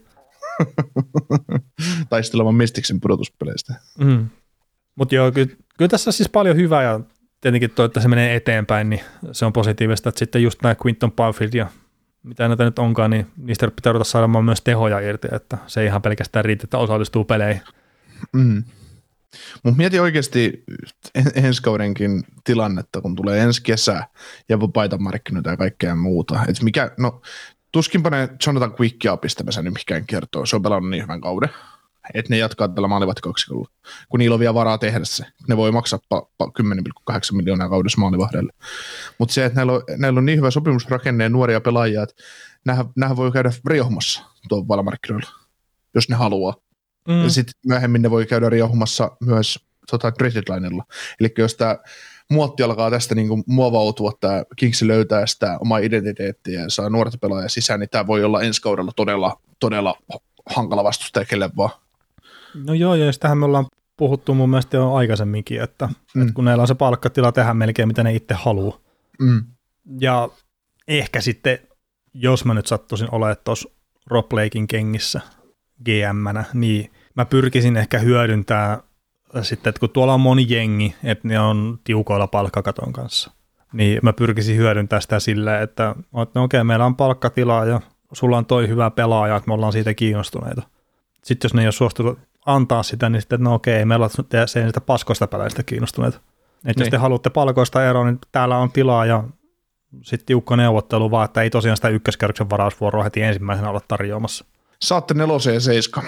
Taistelemaan Mysticsin pudotuspeleistä. Mm. Mutta joo, kyllä, kyllä tässä on siis paljon hyvää ja tietenkin toi, että se menee eteenpäin, niin se on positiivista, että sitten just nämä Quinton Byfield ja mitä näitä nyt onkaan, niin niistä pitää ruveta saada myös tehoja irti, että se ei ihan pelkästään riitä, että osallistuu peleihin. Mm. Mutta mieti oikeasti ensi kaudenkin tilannetta, kun tulee ensi kesä ja vapaita markkinoita ja kaikkea muuta. Et mikä, no, tuskinpa ne Jonathan Quickia pistämässä nyt mikään kertoo. Se on pelannut niin hyvän kauden, että ne jatkaa tällä maalivahtikaksikolla, kun niillä on vielä varaa tehdä se. Ne voi maksaa pa- pa- kymmenen pilkku kahdeksan miljoonaa kaudessa maalivahdelle. Mutta se, että näillä on, näillä on niin hyvä sopimusrakenne ja nuoria pelaajia, että nämähän voi käydä riehommassa tuon valamarkkinoilla, jos ne haluaa. Mm. Ja sitten myöhemmin ne voi käydä riehommassa myös tota, trade deadlinella. Eli jos tämä muotti alkaa tästä niinku muovautua, tämä Kingsi löytää sitä omaa identiteettiä ja saa nuorta pelaajia sisään, niin tämä voi olla ensi kaudella todella, todella hankala vastustaja kelle vaan. No joo, ja sitähän me ollaan puhuttu mun mielestä jo aikaisemminkin, että, mm. että kun näillä on se palkkatila tehdä melkein mitä ne itse haluaa. Mm. Ja ehkä sitten, jos mä nyt sattuisin olemaan tuossa Rob Blaken kengissä G M-nä, niin mä pyrkisin ehkä hyödyntää sitten, että kun tuolla on moni jengi, että ne on tiukoilla palkkakaton kanssa, niin mä pyrkisin hyödyntää sitä silleen, että no okei, okay, meillä on palkkatilaa ja sulla on toi hyvä pelaaja, että me ollaan siitä kiinnostuneita. Sitten jos ne ei ole suostunut antaa sitä, niin sitten, no okei, me ollaan se niistä paskoista pelaajista kiinnostuneita. Että jos te haluatte palkoista eroon, niin täällä on tilaa ja sitten tiukka neuvottelu vaan, että ei tosiaan sitä ykköskerroksen varausvuoroa heti ensimmäisenä olla tarjoamassa. Saatte nelosen ja seiska.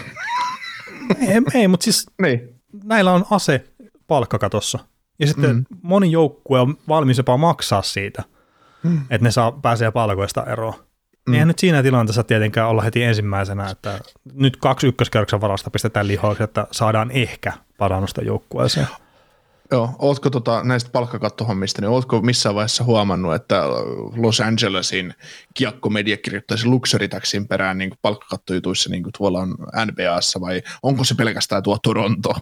ei, ei, mutta siis niin. Näillä on ase palkkakatossa. Ja sitten mm. moni joukkue on valmis jopa maksaa siitä, mm. että ne saa pääsee palkoista eroon. Mm. Eihän nyt siinä tilanteessa tietenkään olla heti ensimmäisenä, että nyt kaksi ykköskerroksen varasta pistetään lihoiksi, että saadaan ehkä parannusta joukkueeseen. Joo, ootko tota, näistä palkkakattohommista, niin ootko missään vaiheessa huomannut, että Los Angelesin kiekkomedia kirjoittaisi luxury-taxin perään niin kuin palkkakattojutuissa, niin kuin tuolla on N B A:ssa, vai onko se pelkästään tuo Toronto?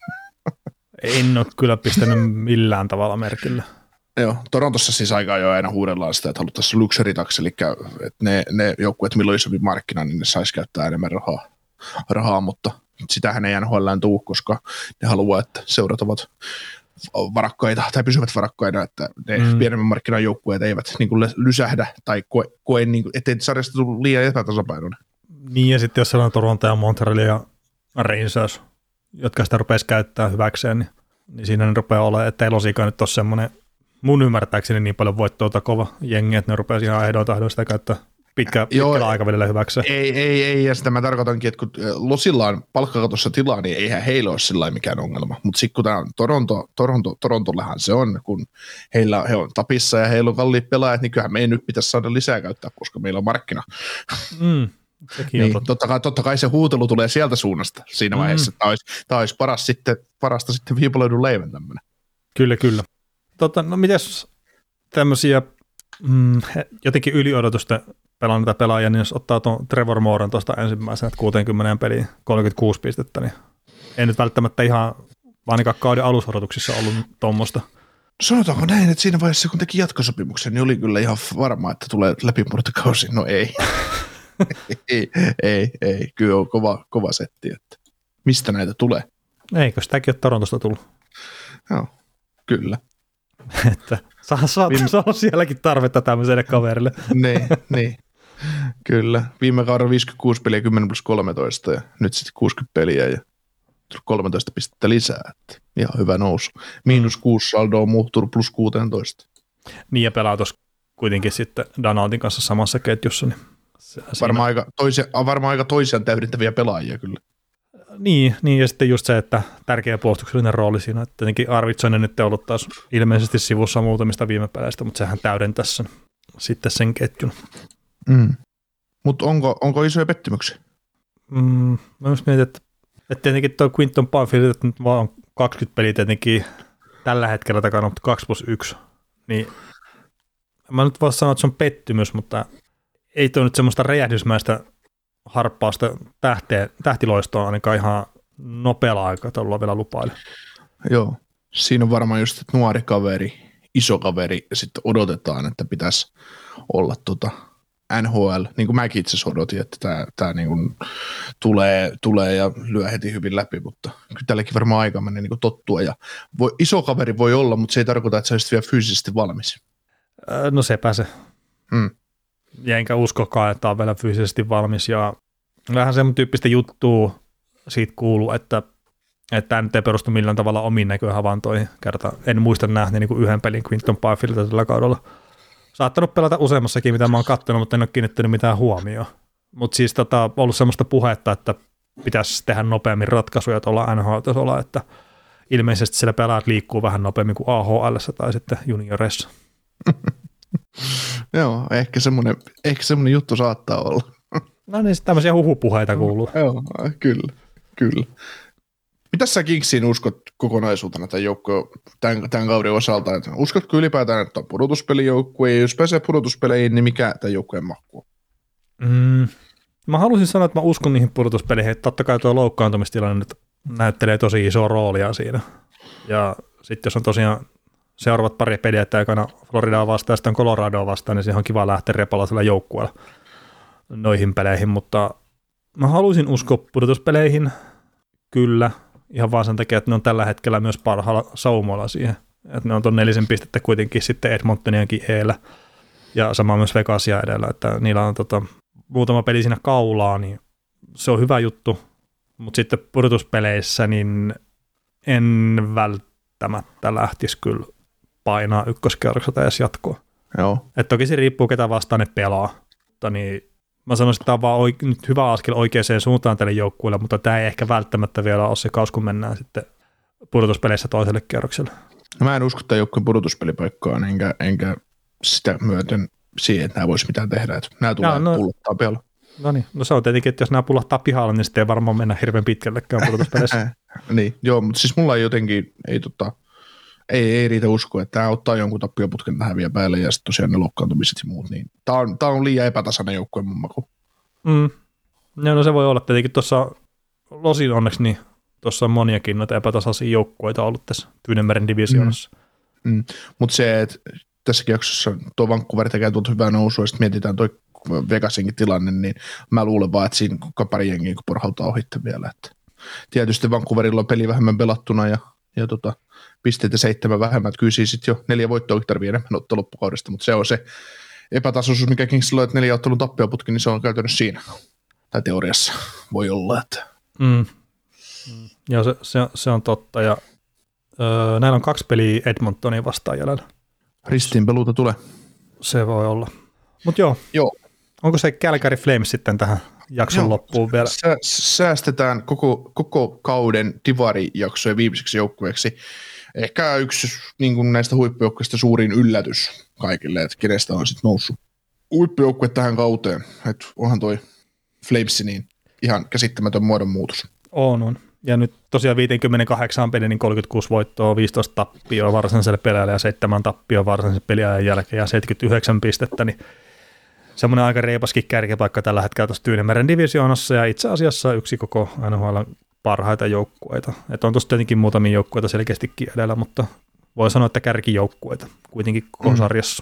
En ole kyllä pistänyt millään tavalla merkille. Joo, Torontossa siis aikaa jo aina huudellaan sitä, että haluttaisiin luxury-tax, eli että ne, ne joukkueet, milloin isompi markkina, niin ne saisi käyttää enemmän rahaa, rahaa mutta sitähän ei N H L:ään tule, koska ne haluaa, että seurat ovat varakkaita tai pysyvät varakkaina, että ne mm. pienemmän markkinan joukkueet eivät niin kuin lysähdä tai koe, koe niin kuin, ettei sarjasta tule liian epätasapainoinen. Niin ja sitten jos siellä on Toronto ja Montreal ja Rangers, jotka sitä rupeaisi käyttämään hyväkseen, niin niin siinä ne rupeaa olemaan, että ei Losikaan nyt ole semmoinen, mun ymmärtääkseni niin paljon voittoa kova jengi, että ne rupeaa ihan ehdoin tahdoin sitä käyttää pitkä, pitkällä aikavälillä hyväksi. Ei, ei, ei, ja sitä mä tarkoitankin, että kun Losilla on palkkakatossa tilaa, niin eihän heillä ole sillä mikään ongelma. Mutta sitten kun tämä on Toronto, Toronto, Torontollehan se on, kun heillä, he on tapissa ja heillä on kalliit pelaajat, niin kyllähän meidän nyt pitäisi saada lisää käyttää, koska meillä on markkina. Mm, niin, totta, kai, totta kai se huutelu tulee sieltä suunnasta siinä mm. vaiheessa, että tämä olisi, tämä olisi paras sitten, parasta sitten viipaloidun leivän tämmöinen. Kyllä, kyllä. Tota, no mites tämmöisiä mm, jotenkin yliodotusten pelannut pelaajia, niin jos ottaa tuon Trevor Mooren tuosta ensimmäisenä kuusikymmentä peliin kolmekymmentäkuusi pistettä, niin ei nyt välttämättä ihan ainakaan kauden alusodotuksissa ollut tuommoista. Sanotaanko näin, että siinä vaiheessa kun teki jatkosopimuksen, niin oli kyllä ihan varma, että tulee läpimurtokausi. No ei. ei, ei, ei. Kyllä on kova, kova setti, että mistä näitä tulee. Eikö sitäkin ole Torontosta tullut? Joo, kyllä. että saattaisi olla sielläkin tarvetta tämmöiselle kaverille. niin, niin. Kyllä. Viime kaudella viisikymmentäkuusi peliä, kymmenen plus kolmetoista ja nyt sitten kuusikymmentä peliä ja kolmetoista pistettä lisää. Että ihan hyvä nousu. Miinus kuusi saldo on muuttunut plus kuusitoista. Niin ja pelaa tuossa kuitenkin sitten Donaldin kanssa samassa ketjussa. Niin varmaan, aika toisia, varmaan aika toisiaan täydentäviä pelaajia kyllä. Niin, niin, ja sitten just se, että tärkeä puolustuksellinen rooli siinä, että tietenkin Arvidssonen nyt on ollut taas ilmeisesti sivussa muutamista viime peleistä, mutta sehän täydentäisi sen, sitten sen ketjun. Mm. Mutta onko, onko isoja pettymyksiä? Mm, mä myös mietin, että, että tietenkin tuo Quinton Byfield, että nyt vaan on kaksikymmentä peliä tietenkin tällä hetkellä takana, mutta kaksi plus yksi, niin mä nyt voisi sanoa, että se on pettymys, mutta ei tuo nyt semmoista räjähdysmäistä harppausta tähteen, tähtiloistoa ainakaan ihan nopealla aikataululla vielä lupaile. Joo, siinä on varmaan just että nuori kaveri, iso kaveri ja sitten odotetaan, että pitäisi olla tota N H L, niin kuin mäkin itse asiassa odotin, että tämä, tämä niin kuin tulee, tulee ja lyö heti hyvin läpi, mutta kyllä tälläkin varmaan aika menee niin kuin tottua ja voi, iso kaveri voi olla, mutta se ei tarkoita, että se olisi vielä fyysisesti valmis. No sepä se. Hmm. Ja enkä uskokaan, että on vielä fyysisesti valmis. Ja vähän semmoinen tyyppistä juttua siitä kuuluu, että, että tämä nyt ei perustu millään tavalla omiin näköhavaintoihin. Kerta en muista nähneeni niin kuin yhden pelin Quinton Byfieldilta tällä kaudella. Saattanut pelata useammassakin, mitä mä oon katsonut, mutta en ole kiinnittänyt mitään huomioon. Mutta siis tota, ollut semmoista puhetta, että pitäisi tehdä nopeammin ratkaisuja tuolla N H L-tasolla, että ilmeisesti siellä pelaat liikkuu vähän nopeammin kuin A H L:ssä tai sitten juniorissa. Joo, ehkä semmoinen, ehkä semmoinen juttu saattaa olla. No niin, tämmöisiä huhupuheita kuuluu. Joo, kyllä, kyllä. Mitäs sä Kingsiin uskot kokonaisuutena tämän joukkoon tämän, tämän kauden osalta? Että uskotko ylipäätään, että on pudotuspelijoukkue, ja jos pääsee pudotuspeleihin, niin mikä tämän joukkueen mahkuu? Mm, mä haluaisin sanoa, että mä uskon niihin pudotuspeleihin, että totta kai tuo loukkaantumistilanne nyt näyttelee tosi isoa roolia siinä. Ja sitten jos on tosiaan seuraavat pari peliä, että aikana Floridaa vastaan ja sitten Coloradoa vastaan, niin siihen on kiva lähteä repalaisella joukkueella noihin peleihin, mutta mä haluaisin uskoa pudotuspeleihin, kyllä, ihan vaan sen takia, että ne on tällä hetkellä myös parhaalla saumoilla siihen, että ne on tuon nelisen pistettä kuitenkin sitten Edmontoniankin eellä, ja sama myös Vegasia edellä, että niillä on tota, muutama peli siinä kaulaa, niin se on hyvä juttu, mutta sitten pudotuspeleissä niin en välttämättä lähtisi kyllä painaa ykköskierrokselta edes jatkoa. Joo. Et toki se riippuu, ketä vastaan ne pelaa. Mutta niin, mä sanoisin, että tämä on vaan oike- nyt hyvä askel oikeaan suuntaan tälle joukkueelle, mutta tämä ei ehkä välttämättä vielä ole se kaus, kun mennään sitten pudotuspeleissä toiselle kierrokselle. No mä en usko tämän joukkueen pudotuspelipaikkaan, enkä, enkä sitä myöten siihen, että nämä voisi mitään tehdä. Että nämä tulee Jaa, no, pullottaa pihalla. No niin, no se on tietenkin, että jos nämä pullottaa pihalla, niin sitten ei varmaan mennä hirveän pitkällekään pudotuspeleissä. Niin, joo, mutta siis mulla ei jotenkin, ei tota... Ei, ei riitä uskoa, että tämä ottaa jonkun tappioputken tähän vielä päälle ja sitten tosiaan ne loukkaantumiset ja muut. Niin tämä, on, tämä on liian epätasainen joukkue mun maku. Mm. No, no se voi olla tietenkin tuossa Losin onneksi, niin tuossa on moniakin noita epätasaisia joukkueita ollut tässä Tyynemeren divisioonassa. Mm. Mm. Mutta se, että tässäkin jaksossa tuo Vancouver tekee tuolta hyvää nousua ja sitten mietitään tuo Vegasinkin tilanne, niin mä luulen vaan, että siinä pari jengiä kun porhaltaa ohitte vielä. Että tietysti Vancouverilla on peli vähemmän pelattuna ja, ja tota, pisteitä seitsemän vähemmän, että kyllä siis sitten jo neljä voittoa tarvii enemmän ottaa loppukaudesta, mutta se on se epätasoisuus, mikä Kingsilla on, että neljä ottelun tappioputki, niin se on käytännössä siinä. Tai teoriassa voi olla, että... Mm. Mm. Joo, se, se, se on totta, ja Öö, näillä on kaksi peliä Edmontonia vastaan jäljellä. Ristiinpeluuta tulee. Se voi olla. Mutta joo. Joo. Onko se Calgary Flames sitten tähän jakson joo, loppuun vielä? Sä, säästetään koko, koko kauden divarijaksojen viimeiseksi joukkueeksi. Ehkä yksi niin kuin näistä huippujoukkueista suurin yllätys kaikille, että kenestä on sitten noussut huippujoukkue tähän kauteen. Että onhan toi Flames niin ihan käsittämätön muodonmuutos. On, on. Ja nyt tosiaan viisikymmentäkahdeksan peli, niin kolmekymmentäkuusi voittoa, viisitoista tappioa varsinaiselle pelaajalle ja seitsemän tappioa varsinaisen peliajan jälkeen ja seitsemänkymmentäyhdeksän pistettä, niin semmoinen aika reipaskin kärkipaikka tällä hetkellä tuossa Tyynemeren divisioonassa ja itse asiassa yksi koko N H L parhaita joukkueita. Että on tuossa tietenkin muutamia joukkueita selkeästikin edellä, mutta voi sanoa, että kärkijoukkueita kuitenkin koko mm. sarjassa.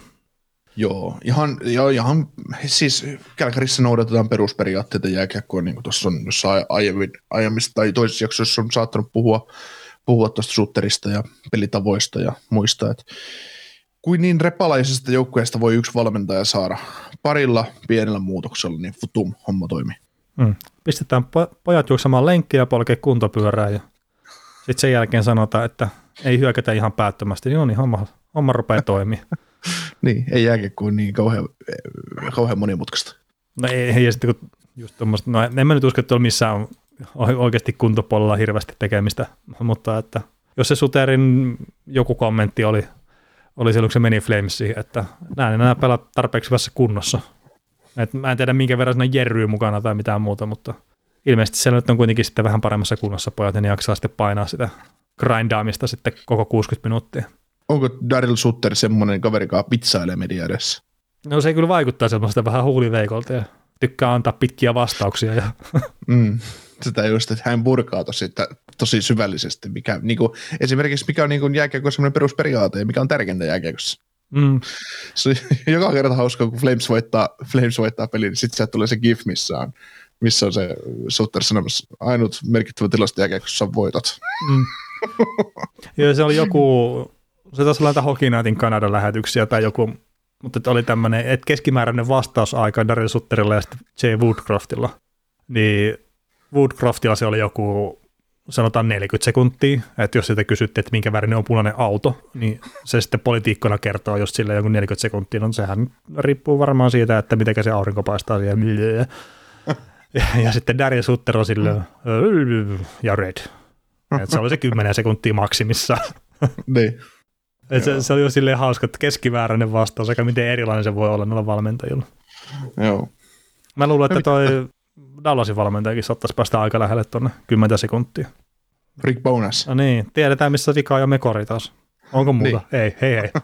Joo, ihan, joo, ihan siis Kälkärissä noudatetaan perusperiaatteita jääkiekkoon, niin kuin tuossa on jossain aiemmin, aiemmissa tai toisessa jaksossa on saattanut puhua, puhua tuosta shooterista ja pelitavoista ja muista, että kuin niin repalaisesta joukkueesta voi yksi valmentaja saada parilla pienellä muutoksella, niin futum, homma toimii. Mm. Pistetään po- pojat juoksemaan lenkkiä ja polkea kuntopyörää ja sitten sen jälkeen sanotaan, että ei hyökätä ihan päättömästi, niin on niin homma, homma rupeaa toimia. Niin, ei jääkiekko ole niin kauhean, kauhean monimutkaista. No ei, ei ja sitten kun just tuommoista, no en mä nyt usko, että tuolla missään on oikeasti kuntopuolella hirveästi tekemistä, mutta että jos se Suterin joku kommentti oli, oli silloin, kun se meni Flamesiin, että näin enää pelaa tarpeeksi hyvässä kunnossa. Et mä en tiedä, minkä verran siinä jerryy mukana tai mitään muuta, mutta ilmeisesti siellä nyt on kuitenkin sitten vähän paremmassa kunnossa pojat, ja ne jaksaa sitten painaa sitä grindaamista sitten koko kuusikymmentä minuuttia. Onko Daryl Sutter semmoinen kaveri, joka pizzailee media edessä? No se kyllä vaikuttaa semmoista vähän huuliveikolta ja tykkää antaa pitkiä vastauksia. Ja mm, sitä just, että hän purkaa tosi, tosi syvällisesti. Mikä, niin kuin, esimerkiksi mikä on niin jääkiekko semmoinen perusperiaate ja mikä on tärkeintä jääkiekossa. Mm. Se on joka kerta hauskaa, kun Flames voittaa, Flames voittaa pelin, niin sitten sieltä tulee se gif, missä on, missä on se Sutter sanomassa, ainut merkittävä tilasto jääkiekossa on voitot. Mm. Joo, se oli joku, se taisi olla Hockey Nightin Kanadan lähetyksiä tai joku, mutta oli tämmöinen, että keskimääräinen vastausaika Daryl Sutterilla ja sitten Jay Woodcroftilla, niin Woodcroftilla se oli joku, sanotaan neljäkymmentä sekuntia, että jos sitä kysyttiin, että minkä värinen on punainen auto, niin se sitten politiikkona kertoo just sille joku neljäkymmentä sekuntia, no sehän riippuu varmaan siitä, että miten se aurinko paistaa siellä. Ja, ja sitten Daryl Sutter on silleen, ja red. Et se oli se kymmenen sekuntia maksimissaan. Niin. Et se, se oli jo silleen hauska, että keskimääräinen vastaus, aika miten erilainen se voi olla noilla valmentajilla. Joo. Mä luulen, että toi Dallasin valmentajakin saattaisi päästä aika lähelle tuonne kymmenen sekuntia. Rick Bowness. No niin, tiedetään missä vikaa ja Mekori taas. Onko muuta? Niin. Ei, hei hei.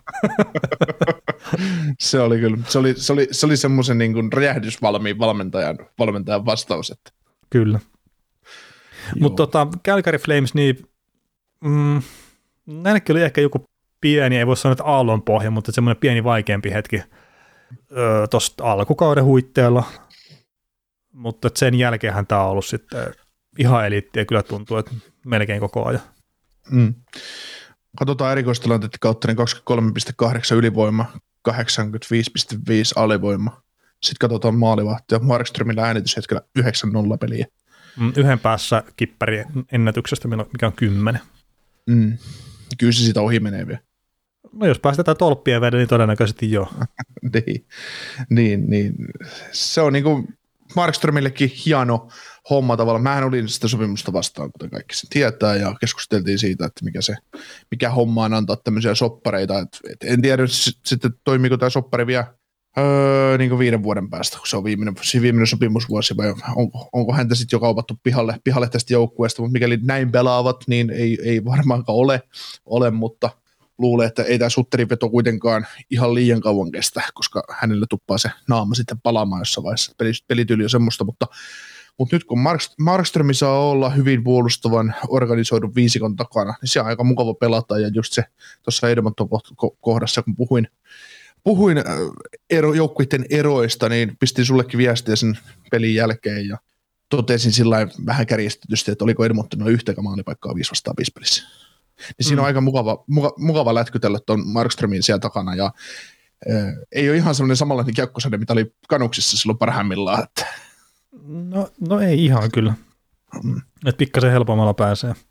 se oli kyllä, se oli, se oli, se oli semmoisen niin kuin räjähdysvalmiin valmentajan, valmentajan vastaus. Että. Kyllä. Mutta tota, Calgary Flames, niin mm, näillekin oli ehkä joku pieni, ei voi sanoa, että aallon pohja, mutta semmoinen pieni vaikeampi hetki öö, tuosta alkukauden huitteella. Mutta sen jälkeenhän tämä on ollut sitten ihan eliittiä, kyllä tuntuu, että melkein koko ajan. Mm. Katsotaan erikoistilanteiden kautta, niin kaksikymmentäkolme pilkku kahdeksan ylivoima, kahdeksankymmentäviisi pilkku viisi alivoima. Sitten katsotaan maalivahtia. Markströmillä äänityshetkellä yhdeksän nolla peliä. Yhden päässä kippari ennätyksestä, mikä on kymmenen. Mm. Kyllä se siitä ohi menee vielä. No jos päästetään tolppien vedä, niin todennäköisesti joo. niin, niin, niin. Se on niin kuin Markströmillekin hieno homma tavallaan. Mähän olin sitä sopimusta vastaan, kuten kaikki sen tietää, ja keskusteltiin siitä, että mikä, se, mikä homma on antaa tämmöisiä soppareita. Et, et en tiedä sitten toimiiko tämä soppari vielä öö, niin kuin viiden vuoden päästä, kun se on viimeinen, viimeinen sopimusvuosi, vai onko, onko häntä sitten jo kaupattu pihalle, pihalle tästä joukkueesta, mutta mikäli näin pelaavat, niin ei, ei varmaankaan ole, ole mutta luulen, että ei tämä Sutterin veto kuitenkaan ihan liian kauan kestä, koska hänelle tuppaa se naama sitten palaamaan jossain vaiheessa. Pelityyli on semmoista, mutta, mutta nyt kun Markström saa olla hyvin puolustavan organisoidun viisikon takana, niin se on aika mukava pelata, ja just se tuossa Edmonton kohdassa, kun puhuin, puhuin ero, joukkueiden eroista, niin pistin sullekin viestiä sen pelin jälkeen, ja totesin sillä vähän kärjestetysti, että oliko Edmontonilla yhtäkään maalipaikkaa viisi vastaan viisi pelissä. Niin siinä on mm. aika mukava, muka, mukava lätkytellä tuon Markströmin siellä takana, ja ää, ei ole ihan sellainen samanlainen kiekkosäde, mitä oli Canucksissa silloin parhaimmillaan. No, no ei ihan kyllä, mm. että pikkasen helpommalla pääsee.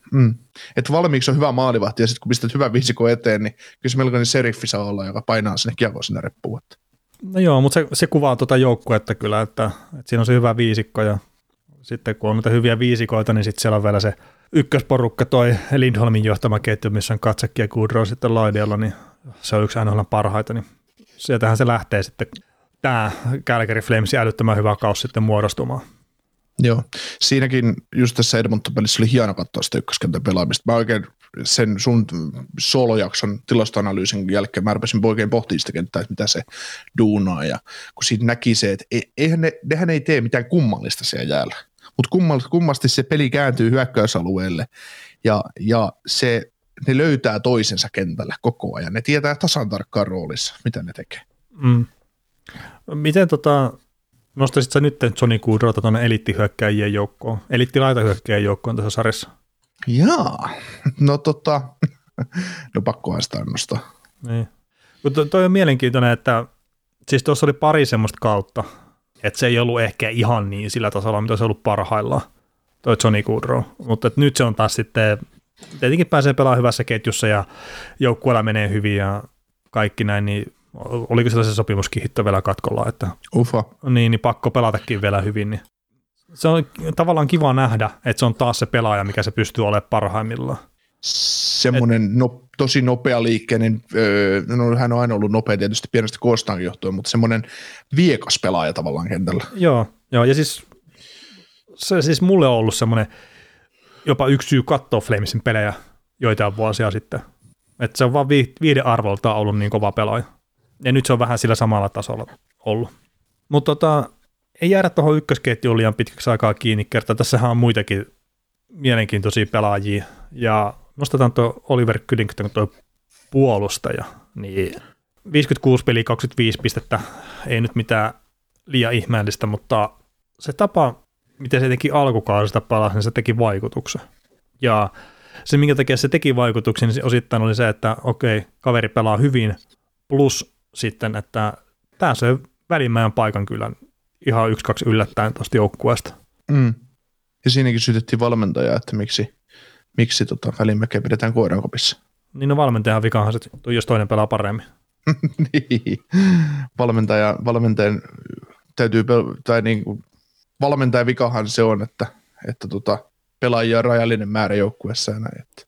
Mm. Että valmiiksi on hyvä maalivahti, ja sitten kun pistät hyvän viisikon eteen, niin kyllä se melkoinen seriffi saa olla, joka painaa sinne kiekkoon sinne reppuun. No joo, mutta se, se kuvaa tuota joukkuetta kyllä, että, että siinä on se hyvä viisikko, ja sitten kun on niitä hyviä viisikoita, niin sitten siellä on vielä se ykkösporukka, toi Lindholmin johtama ketju, missä on Katsekki ja Goodrow sitten laidalla, niin se on yksi N H L:n parhaita, niin sieltähän se lähtee sitten tämä Calgary Flamesin älyttömän hyvä kaus sitten muodostumaan. Joo, siinäkin just tässä Edmonton-pelissä oli hieno katsoa sitä ykköskentän pelaamista. Mä oikein sen sun solojakson tilastoanalyysin jälkeen mä rupesin oikein pohtimaan sitä kenttää, että mitä se duunaa, ja kun siitä näki se, että eihän ne, nehän ei tee mitään kummallista siellä jäällä, mutta kummasti se peli kääntyy hyökkäysalueelle, ja, ja se, ne löytää toisensa kentällä koko ajan, ne tietää tasan tarkkaan roolissa, mitä ne tekee. Mm. Miten tota... Nostaisit sä nyt Johnny Goodrowta tuonne eliittihyökkäjien joukkoon, eliittilaitahyökkäjien joukkoon tässä sarjassa? Jaa, no tota, no pakkohan sitä nostaa. Niin. Mutta toi on mielenkiintoinen, että siis tuossa oli pari semmoista kautta, että se ei ollut ehkä ihan niin sillä tasolla, mitä se on ollut parhaillaan, toi Johnny Goodrow. Mutta nyt se on taas sitten, tietenkin pääsee pelaamaan hyvässä ketjussa ja joukkueella menee hyvin ja kaikki näin, niin oliko sellaisen sopimuskin hitto vielä katkolla, että Ufa. Niin, niin pakko pelatakin vielä hyvin. Niin. Se on tavallaan kiva nähdä, että se on taas se pelaaja, mikä se pystyy olemaan parhaimmillaan. Semmoinen no, tosi nopea liikkeinen, öö, no hän on aina ollut nopea tietysti pienestä koostaankin johtuen, mutta semmoinen viekas pelaaja tavallaan kentällä. Joo, joo ja siis se siis mulle on ollut semmoinen jopa yksi syy katsoa Flamesin pelejä joitain vuosia sitten. Että se on vaan viiden arvoltaan ollut niin kova pelaaja. Ja nyt se on vähän sillä samalla tasolla ollut. Mutta tota, ei jäädä tuohon ykkösketjuun liian pitkäksi aikaa kiinni kertaa. Tässähän on muitakin mielenkiintoisia pelaajia. Ja nostetaan tuo Oliver Kylington, tuo puolustaja. Niin viisikymmentäkuusi peliä, kaksikymmentäviisi pistettä. Ei nyt mitään liian ihmeellistä, mutta se tapa, miten se teki alkukaudesta palasi, niin se teki vaikutuksen. Ja se, minkä takia se teki vaikutuksen, niin osittain oli se, että okei, kaveri pelaa hyvin, plus sitten, että tämä se välimäjän paikan kyllä ihan yksi, kaksi yllättäen tuosta joukkueesta. Mm. Ja siinäkin syytettiin valmentajaa, että miksi, miksi tota välimäkeä pidetään koirankopissa. Niin no valmentajan vikahan se, jos toinen pelaa paremmin. Niin. Valmentaja, valmentajan täytyy, pel- tai niin kuin, valmentajan vikahan se on, että, että tota, pelaajia on rajallinen määrä joukkueessa ja näin. Että.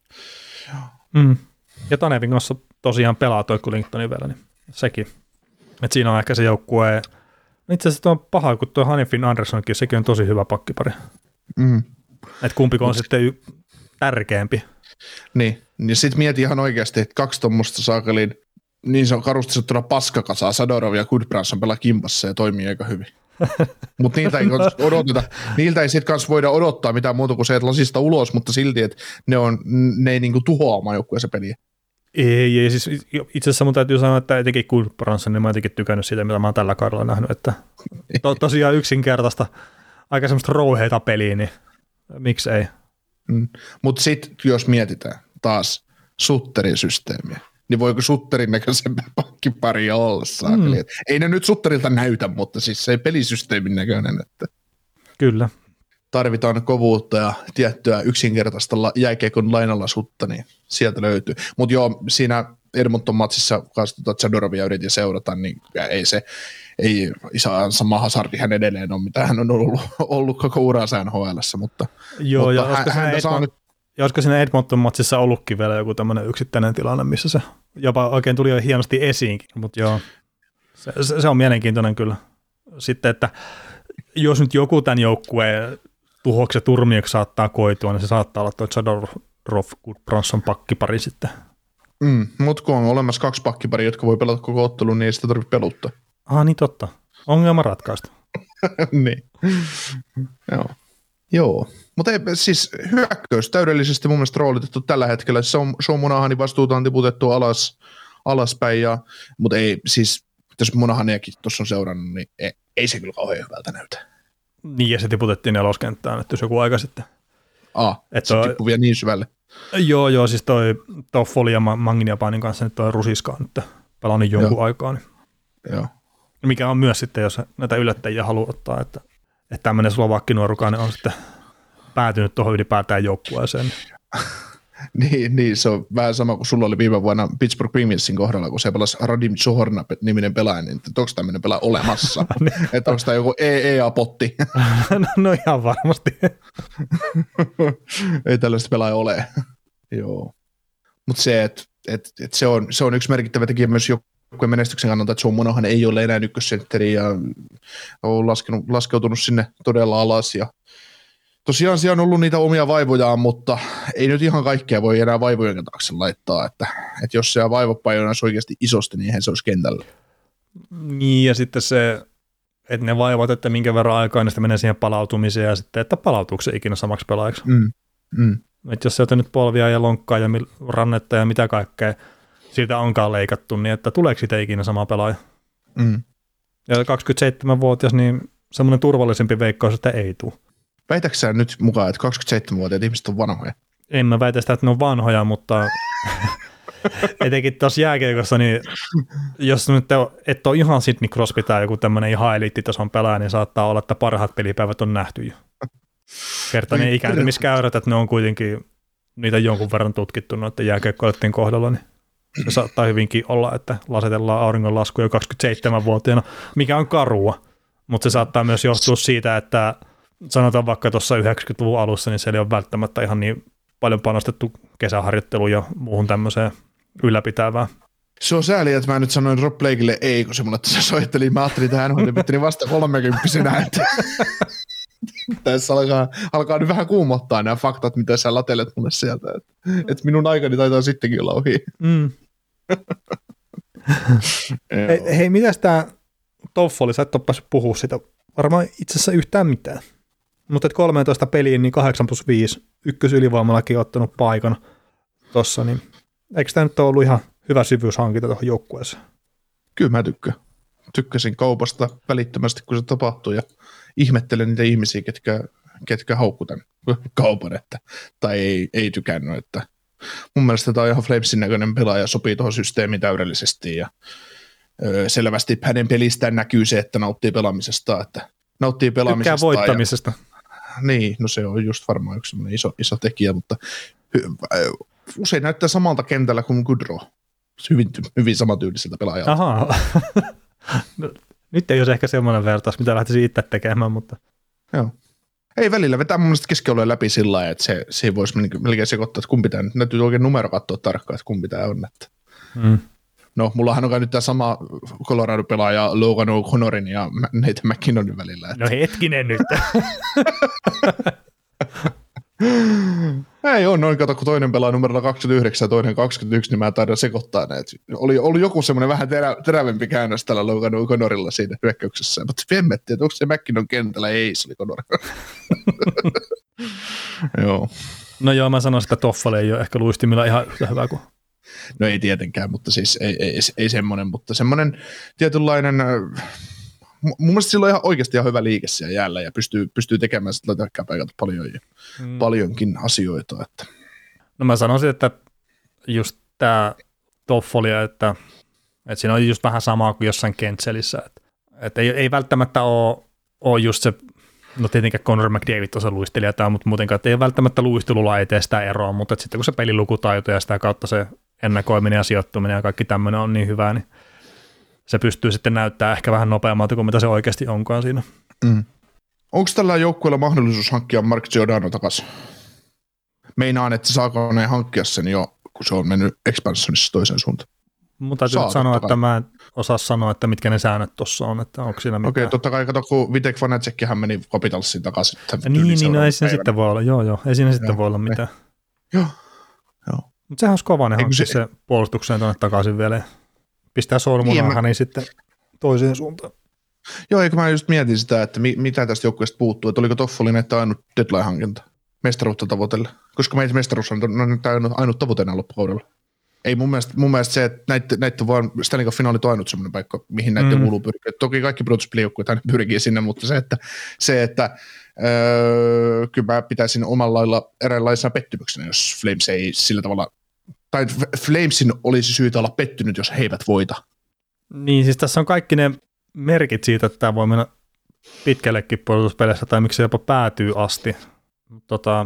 Mm. Ja Tanevin kanssa tosiaan pelaa toi Kylingtonin vielä, niin sekin. Et siinä on ehkä se joukkue. Itse asiassa tuo on paha, kun tuo Hanifin Anderssonkin, sekin on tosi hyvä pakkipari. Mm. Että kumpiko on Mut. sitten y- tärkeämpi. Niin, ja sitten mieti ihan oikeasti, että kaksi tuommoista saakelin, niin se on karusti sanottuna paskakasaa, Sadorov ja Goodbranson pelaa kimpassa ja toimii aika hyvin. Mutta niiltä ei odoteta, niiltä ei sitten kanssa voida odottaa mitään muuta kuin se, että lasista ulos, mutta silti, että ne, on, ne ei niinku tuhoa omaa joukkueensa peliä. Ei, ei, siis itse asiassa mun täytyy sanoa, että etenkin Goodbranson, niin mä oon jotenkin tykännyt siitä, mitä mä oon tällä kaudella nähnyt, että to, tosiaan yksinkertaista, aika semmoista rouheita peliä, niin miksi ei. Mm. Mutta sitten jos mietitään taas Sutterin systeemiä, niin voiko Sutterin näköisempää pankkiparia olla saakeli? Mm. Ei ne nyt Sutterilta näytä, mutta siis se pelisysteemin näköinen, että kyllä. Tarvitaan kovuutta ja tiettyä yksinkertaista jääkiekon lainalaisuutta, niin sieltä löytyy. Mutta joo, siinä Edmonton-matsissa kanssa tuota Zadorovia yritin seurata, niin ei se, ei isänsä Mahasardihan edelleen ole, mitä hän on ollut, ollut koko uransa N H L:ssä, mutta, joo, mutta ja olisiko, hän, Edmont, nyt... ja olisiko siinä Edmonton-matsissa ollutkin vielä joku tämmöinen yksittäinen tilanne, missä se jopa oikein tuli jo hienosti esiinkin, mutta joo, se, se, se on mielenkiintoinen kyllä. Sitten, että jos nyt joku tämän joukkueen tuhoksi ja turmioksi saattaa koitua, niin se saattaa olla tuo Zadorov Goodbranson pakkipari sitten. Mm, mutta kun on olemassa kaksi pakkiparia, jotka voi pelata koko ottelun, niin ei sitä tarvitse peluttaa. Ah, niin totta. Ongelma ratkaistu. Niin. Joo. Joo. Mutta siis hyökkäys täydellisesti mun mielestä roolitettu tällä hetkellä. Sean Monahani vastuuta on tiputettu alas, alaspäin, ja, mutta ei siis, jos Monahaniakin tuossa on seurannut, niin ei, ei se kyllä kauhean hyvältä näytä. Niin, ja se tiputettiin neloskenttään, että jos joku aika sitten. Ah, se toi, tippui vielä niin syvälle. Joo, joo, siis toi Toffoli ja Manginiapainin kanssa nyt toi Rusiska on nyt pelannut jonkun joo. aikaa. Niin. Joo. Mikä on myös sitten, jos näitä yllättäjiä haluaa ottaa, että, että tämmöinen slovakkinuorukainen on sitten päätynyt tuohon ylipäätään joukkueeseen. niin, niin, se on vähän sama kuin sulla oli viime vuonna Pittsburgh Penguinsin kohdalla, kun se pelasi Radim Zohorna-niminen pelaaja, niin onko tämmöinen pelaaja olemassa? Että onko tämä joku E A-potti? no, no ihan varmasti. Ei tällaista pelaaja ole. Joo. Mutta se, että et, et se, on, se on yksi merkittävä tekijä myös joukkueen menestyksen kannalta, että John Monahan ei ole enää ykkössentteri ja on laskenut, laskeutunut sinne todella alas ja tosiaan siellä on ollut niitä omia vaivojaan, mutta ei nyt ihan kaikkea voi enää vaivojen taakse laittaa, että, että jos se vaivopaino olisi oikeasti isosti, niin eihän se olisi kentällä. Niin, ja sitten se, että ne vaivat, että minkä verran aikaa niistä menee siihen palautumiseen, ja sitten, että palautuuko se ikinä samaksi pelaajaksi. Mm. Mm. Että jos sieltä nyt polvia ja lonkkaa ja rannetta ja mitä kaikkea siitä onkaan leikattu, niin että tuleeko siitä ikinä sama pelaaja? Mm. Ja kaksikymmentäseitsemänvuotias, niin semmoinen turvallisempi veikkaus, että ei tule. Väitätkö sä nyt mukaan, että kaksikymmentäseitsemänvuotiaat ihmiset on vanhoja? En mä väitä sitä, että ne on vanhoja, mutta etenkin tuossa jääkiekossa, niin jos nyt et ole ihan Sidney Crosby tai joku tämmöinen ihan eliittitason pelaaja, niin saattaa olla, että parhaat pelipäivät on nähty jo. Kertaa ne ikääntymiskäyrät, että ne on kuitenkin niitä jonkun verran tutkittu noiden jääkiekkoilijoiden kohdalla, niin se saattaa hyvinkin olla, että lasetellaan auringonlasku jo kaksikymmentäseitsemänvuotiaana, mikä on karua, mutta se saattaa myös johtua siitä, että sanotaan vaikka tuossa yhdeksänkymmentäluvun alussa, niin siellä ei ole välttämättä ihan niin paljon panostettu kesäharjoitteluun ja muuhun tämmöiseen ylläpitävään. Se on sääli, että mä nyt sanoin Rob Blakeille ei, kun se mulle tässä soitteli. Mä ajattelin tähän, että vasta kolmekymppisenä, että tässä alkaa, alkaa nyt vähän kuumottaa nämä faktat, mitä sä latelet mulle sieltä. Että, että minun aikani taitaa sittenkin olla ohi. Mm. hei, hei, mitäs tää Toffoli, sä et ole päässyt puhua sitä varmaan itse asiassa yhtään mitään. Mutta kolmetoista peliin, niin kahdeksan plus viisi, ykkösylivoimallakin ottanut paikan tossa, niin eikö tämä nyt ole ollut ihan hyvä syvyyshankinta tuohon joukkueeseen? Kyllä mä tykkään. Tykkäsin kaupasta välittömästi, kun se tapahtui, ja ihmettelen niitä ihmisiä, ketkä, ketkä haukku tämän kaupan, että, tai ei, ei tykännyt. Että mun mielestä tämä on ihan Flamesin näköinen pelaaja, sopii tuohon systeemiin täydellisesti, ja ö, selvästi hänen pelistään näkyy se, että nauttii pelaamisesta, että nauttii pelaamisesta. Tykkää voittamisesta. Ja, niin, no se on just varmaan yksi iso, iso tekijä, mutta hy, usein näyttää samalta kentällä kuin Goodrow. Hyvin, hyvin samatyyliseltä pelaajalta. Ahaa. No, nyt ei ole ehkä semmoinen vertaus, mitä lähtisi itse tekemään, mutta... Joo. Ei välillä vetää mun mielestä keskialueen läpi sillä lailla, että se, se voisi melkein sekoittaa, että kumpi tämä nyt. Näytyy oikein numero katsoa tarkkaan, että kumpi tämä on. Että. Mm. No, mullahan on nyt tämä sama Colorado-pelaaja Logan O'Connorin ja Nathan McKinnonin välillä. Että. No hetkinen nyt. Ei ole noin, kato, kun toinen pelaa numerolla kaksikymmentäyhdeksän ja toinen kaksikymmentäyksi, niin mä taidan sekoittaa näitä. Oli ollut joku semmoinen vähän terä, terävempi käännös tällä Logan O'Connorilla siinä hyökkäyksessä, mutta vemmetti, että onko se McKinnon kentällä? Ei, se oli Connor. Joo. No joo, mä sanoisin, että Toffoli ei ole ehkä luistimilla ihan yhtä hyvä kuin... No ei tietenkään, mutta siis ei, ei, ei semmoinen, mutta semmoinen tietynlainen... Mun mielestä sillä on ihan oikeasti ihan hyvä liike siellä jäällä ja pystyy, pystyy tekemään sitä paikalta paljon, mm. paljonkin asioita. Että. No mä sanoisin, että just tämä Toffoli, että, että siinä on just vähän samaa kuin jossain Kentselissä. Että, että ei, ei välttämättä ole, ole just se, no tietenkään Connor McDavid on se luistelija tämä, mutta muutenkaan, että ei välttämättä luistelulla ei tee sitä eroa, mutta että sitten kun se pelilukutaito ja sitä kautta se ennakoiminen ja sijoittuminen ja kaikki tämmöinen on niin hyvää, niin se pystyy sitten näyttämään ehkä vähän nopeammalta kuin mitä se oikeasti onkaan siinä. Mm. Onko tällä joukkueella mahdollisuus hankkia Mark Giordano takaisin? Meinaan, että saako ne hankkia sen jo, kun se on mennyt expansionissa toiseen suuntaan. Mutta täytyy sanoa, että mä en osaa sanoa, että mitkä ne säännöt tuossa on, että onko siinä mitään. Okei, okay, totta kai kato, kun Vitek Vanecekkihän meni Capitalsiin takaisin. Niin, niin no ei siinä sitten voi olla, joo joo, ei siinä sitten joo, voi olla mitään. Joo, joo. Mutta sehän olisi kova, ne hankkia se... se puolustukseen tuonne takaisin vielä. Pistää sormunaahan niin sitten toiseen suuntaan. Joo, eikö mä just mietin sitä, että mi- mitä tästä joukkueesta puuttuu, että oliko Toffolin että ainut deadline-hankinta mestaruutta tavoitella, koska meitä mestaruus on ainut, ainut tavoitteena loppukaudella. Ei mun mielestä, mun mielestä se, että näitä, näitä vaan Stanley Cup-finaalit on ainut semmoinen paikka, mihin näitä mm. kuuluu pyrkiä. Toki kaikki pudotuspelijoukkueet aina pyrkii sinne, mutta se, että, se, että öö, kyllä mä pitäisin omalla lailla eräänlaisena pettymyksenä, jos Flames ei sillä tavalla tai Flamesin olisi syytä olla pettynyt, jos he eivät voita. Niin, siis tässä on kaikki ne merkit siitä, että tämä voi mennä pitkällekin pudotuspeleissä, tai miksi se jopa päätyy asti. Tota,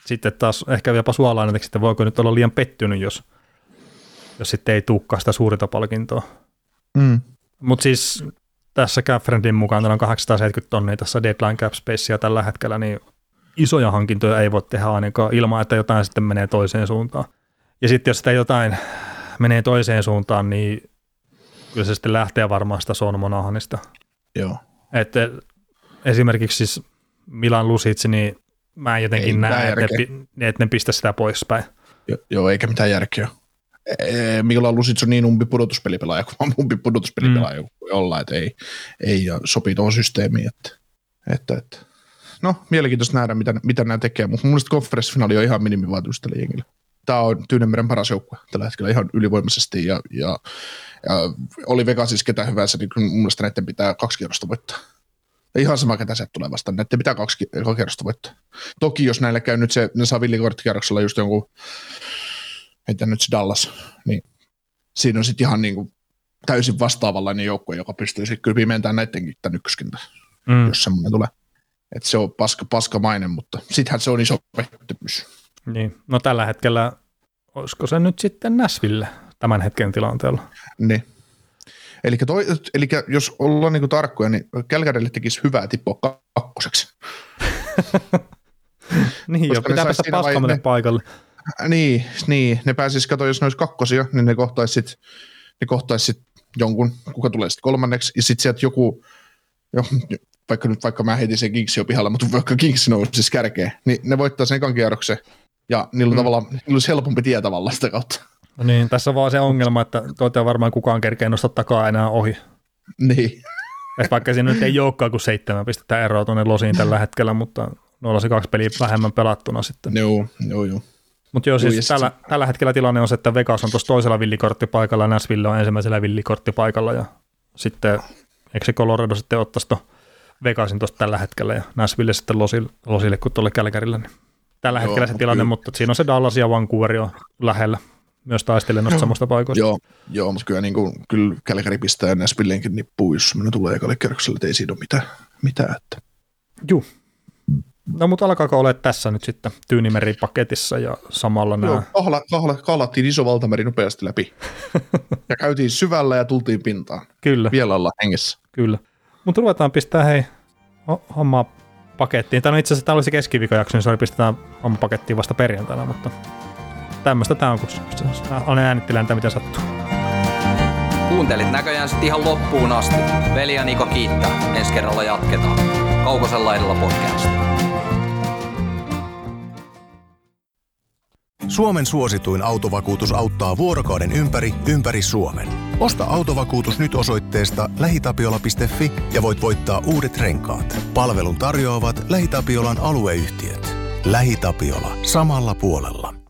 sitten taas ehkä jopa suolainen, että sitten voiko nyt olla liian pettynyt, jos, jos sitten ei tulekaan sitä suurinta palkintoa. Mm. Mutta siis tässä CapFriendin mukaan on kahdeksansataaseitsemänkymmentä tonnia tässä deadline cap spacea tällä hetkellä, niin isoja hankintoja ei voi tehdä ainakaan ilman, että jotain sitten menee toiseen suuntaan. Ja sitten jos sitä jotain menee toiseen suuntaan, niin kyllä se sitten lähtee varmaan sitä Sean Monahanista. Joo. Että esimerkiksi siis Milan Lucic, niin mä en jotenkin näe, että ne, että ne pistä sitä poispäin. Jo, joo, eikä mitään järkeä. Milan Lucic on niin umpi pudotuspelipelaaja, kun on umpi pudotuspelipelaaja mm. voi olla, että ei, ei sopii tuohon systeemiin. Että, että, että. No, mielenkiintoista nähdä, mitä, mitä nämä tekee, mutta mun mielestä konferenssifinaali on ihan minimivaatimus tälle jengille. Tämä on Tyynemeren paras joukkue tällä hetkellä ihan ylivoimaisesti, ja, ja, ja oli Vegasissa ketä hyvänsä, niin mun mielestä näiden pitää kaksi kierrosta voittaa. Ihan sama, ketä sieltä tulee vastaan. Näiden pitää kaksi kierrosta voittaa. Toki jos näillä käy nyt se, ne saa villikorttikierroksella just jonkun, heitä nyt se Dallas, niin siinä on sitten ihan niin kuin täysin vastaavanlainen joukkue, joka pystyy sitten kyllä pimentämään näidenkin tämän ykköskintä, mm. jos semmoinen tulee. Että se on paska, paskamainen, mutta sittenhän se on iso pettymys. Niin, no tällä hetkellä, olisiko se nyt sitten Nashville tämän hetken tilanteella? Niin. Eli, toi, eli jos ollaan niinku tarkkoja, niin Calgarylle tekisi hyvää tippua kakkoseksi. Niin, jo, pitää päästä paskamille paikalle. Niin, niin, ne pääsisi, kato, jos ne olisi kakkosia, niin ne kohtaisi sitten ne kohtais sit jonkun, kuka tulee sitten kolmanneksi, ja sitten sieltä joku, jo, vaikka nyt vaikka mä heitin sen Kingsin jo pihalla, mutta vaikka Kings nousisi kärkeen, niin ne voittaa sen ekan kierroksen, ja niillä on mm. tavallaan, niillä olisi helpompi tie tavallaan sitä kautta. No niin, tässä on vaan se ongelma, että toivottavasti varmaan kukaan kerkeä nostaa takaa enää ohi. Niin. Et vaikka siinä nyt ei olekaan kuin seitsemän pistettä eroa tuonne Losiin tällä hetkellä, mutta noilla se kaksi peliä vähemmän pelattuna sitten. Joo, joo, joo. Mutta joo, siis tällä, tällä hetkellä tilanne on se, että Vegas on tuossa toisella villikorttipaikalla ja Nashville on ensimmäisellä villikorttipaikalla ja sitten eikö se Colorado sitten ottaisi tuon Vegasin tuosta tällä hetkellä ja Nashville sitten Losille, Losille kuin tuolle Calgarylle. Niin tällä joo, hetkellä se tilanne, kyllä. Mutta siinä on se Dallas ja Vancouver on lähellä myös taistelemaan noista samasta paikoista. Joo, joo, mutta kyllä, niin kuin, kyllä Calgary pistää Nashvilleenkin nippuun, jos minun tulee ekalle kerrokselle, että ei siinä ole mitään. mitään että. Joo. No mutta alkaako olla tässä nyt sitten Tyynimeri paketissa ja samalla nämä... Joo, kahla, kahla, kahlattiin iso valtameri nopeasti läpi. Ja käytiin syvällä ja tultiin pintaan. Kyllä. Vielä ollaan hengessä. Kyllä. Mutta ruvetaan pistää hei hommaa pakettiin. Tämä on itse asiassa, tämä oli se keskiviikkojakso, niin se oli pistetään homma pakettiin vasta perjantaina, mutta tämmöistä tämä on, kun olen äänittelään mitä sattuu. Kuuntelit näköjään sitten ihan loppuun asti. Veli ja Niko kiittää. Ensi kerralla jatketaan. Kaukosen laidalla podcast. Suomen suosituin autovakuutus auttaa vuorokauden ympäri, ympäri Suomen. Osta autovakuutus nyt osoitteesta lähitapiola piste fi ja voit voittaa uudet renkaat. Palvelun tarjoavat LähiTapiolan alueyhtiöt. LähiTapiola. Samalla puolella.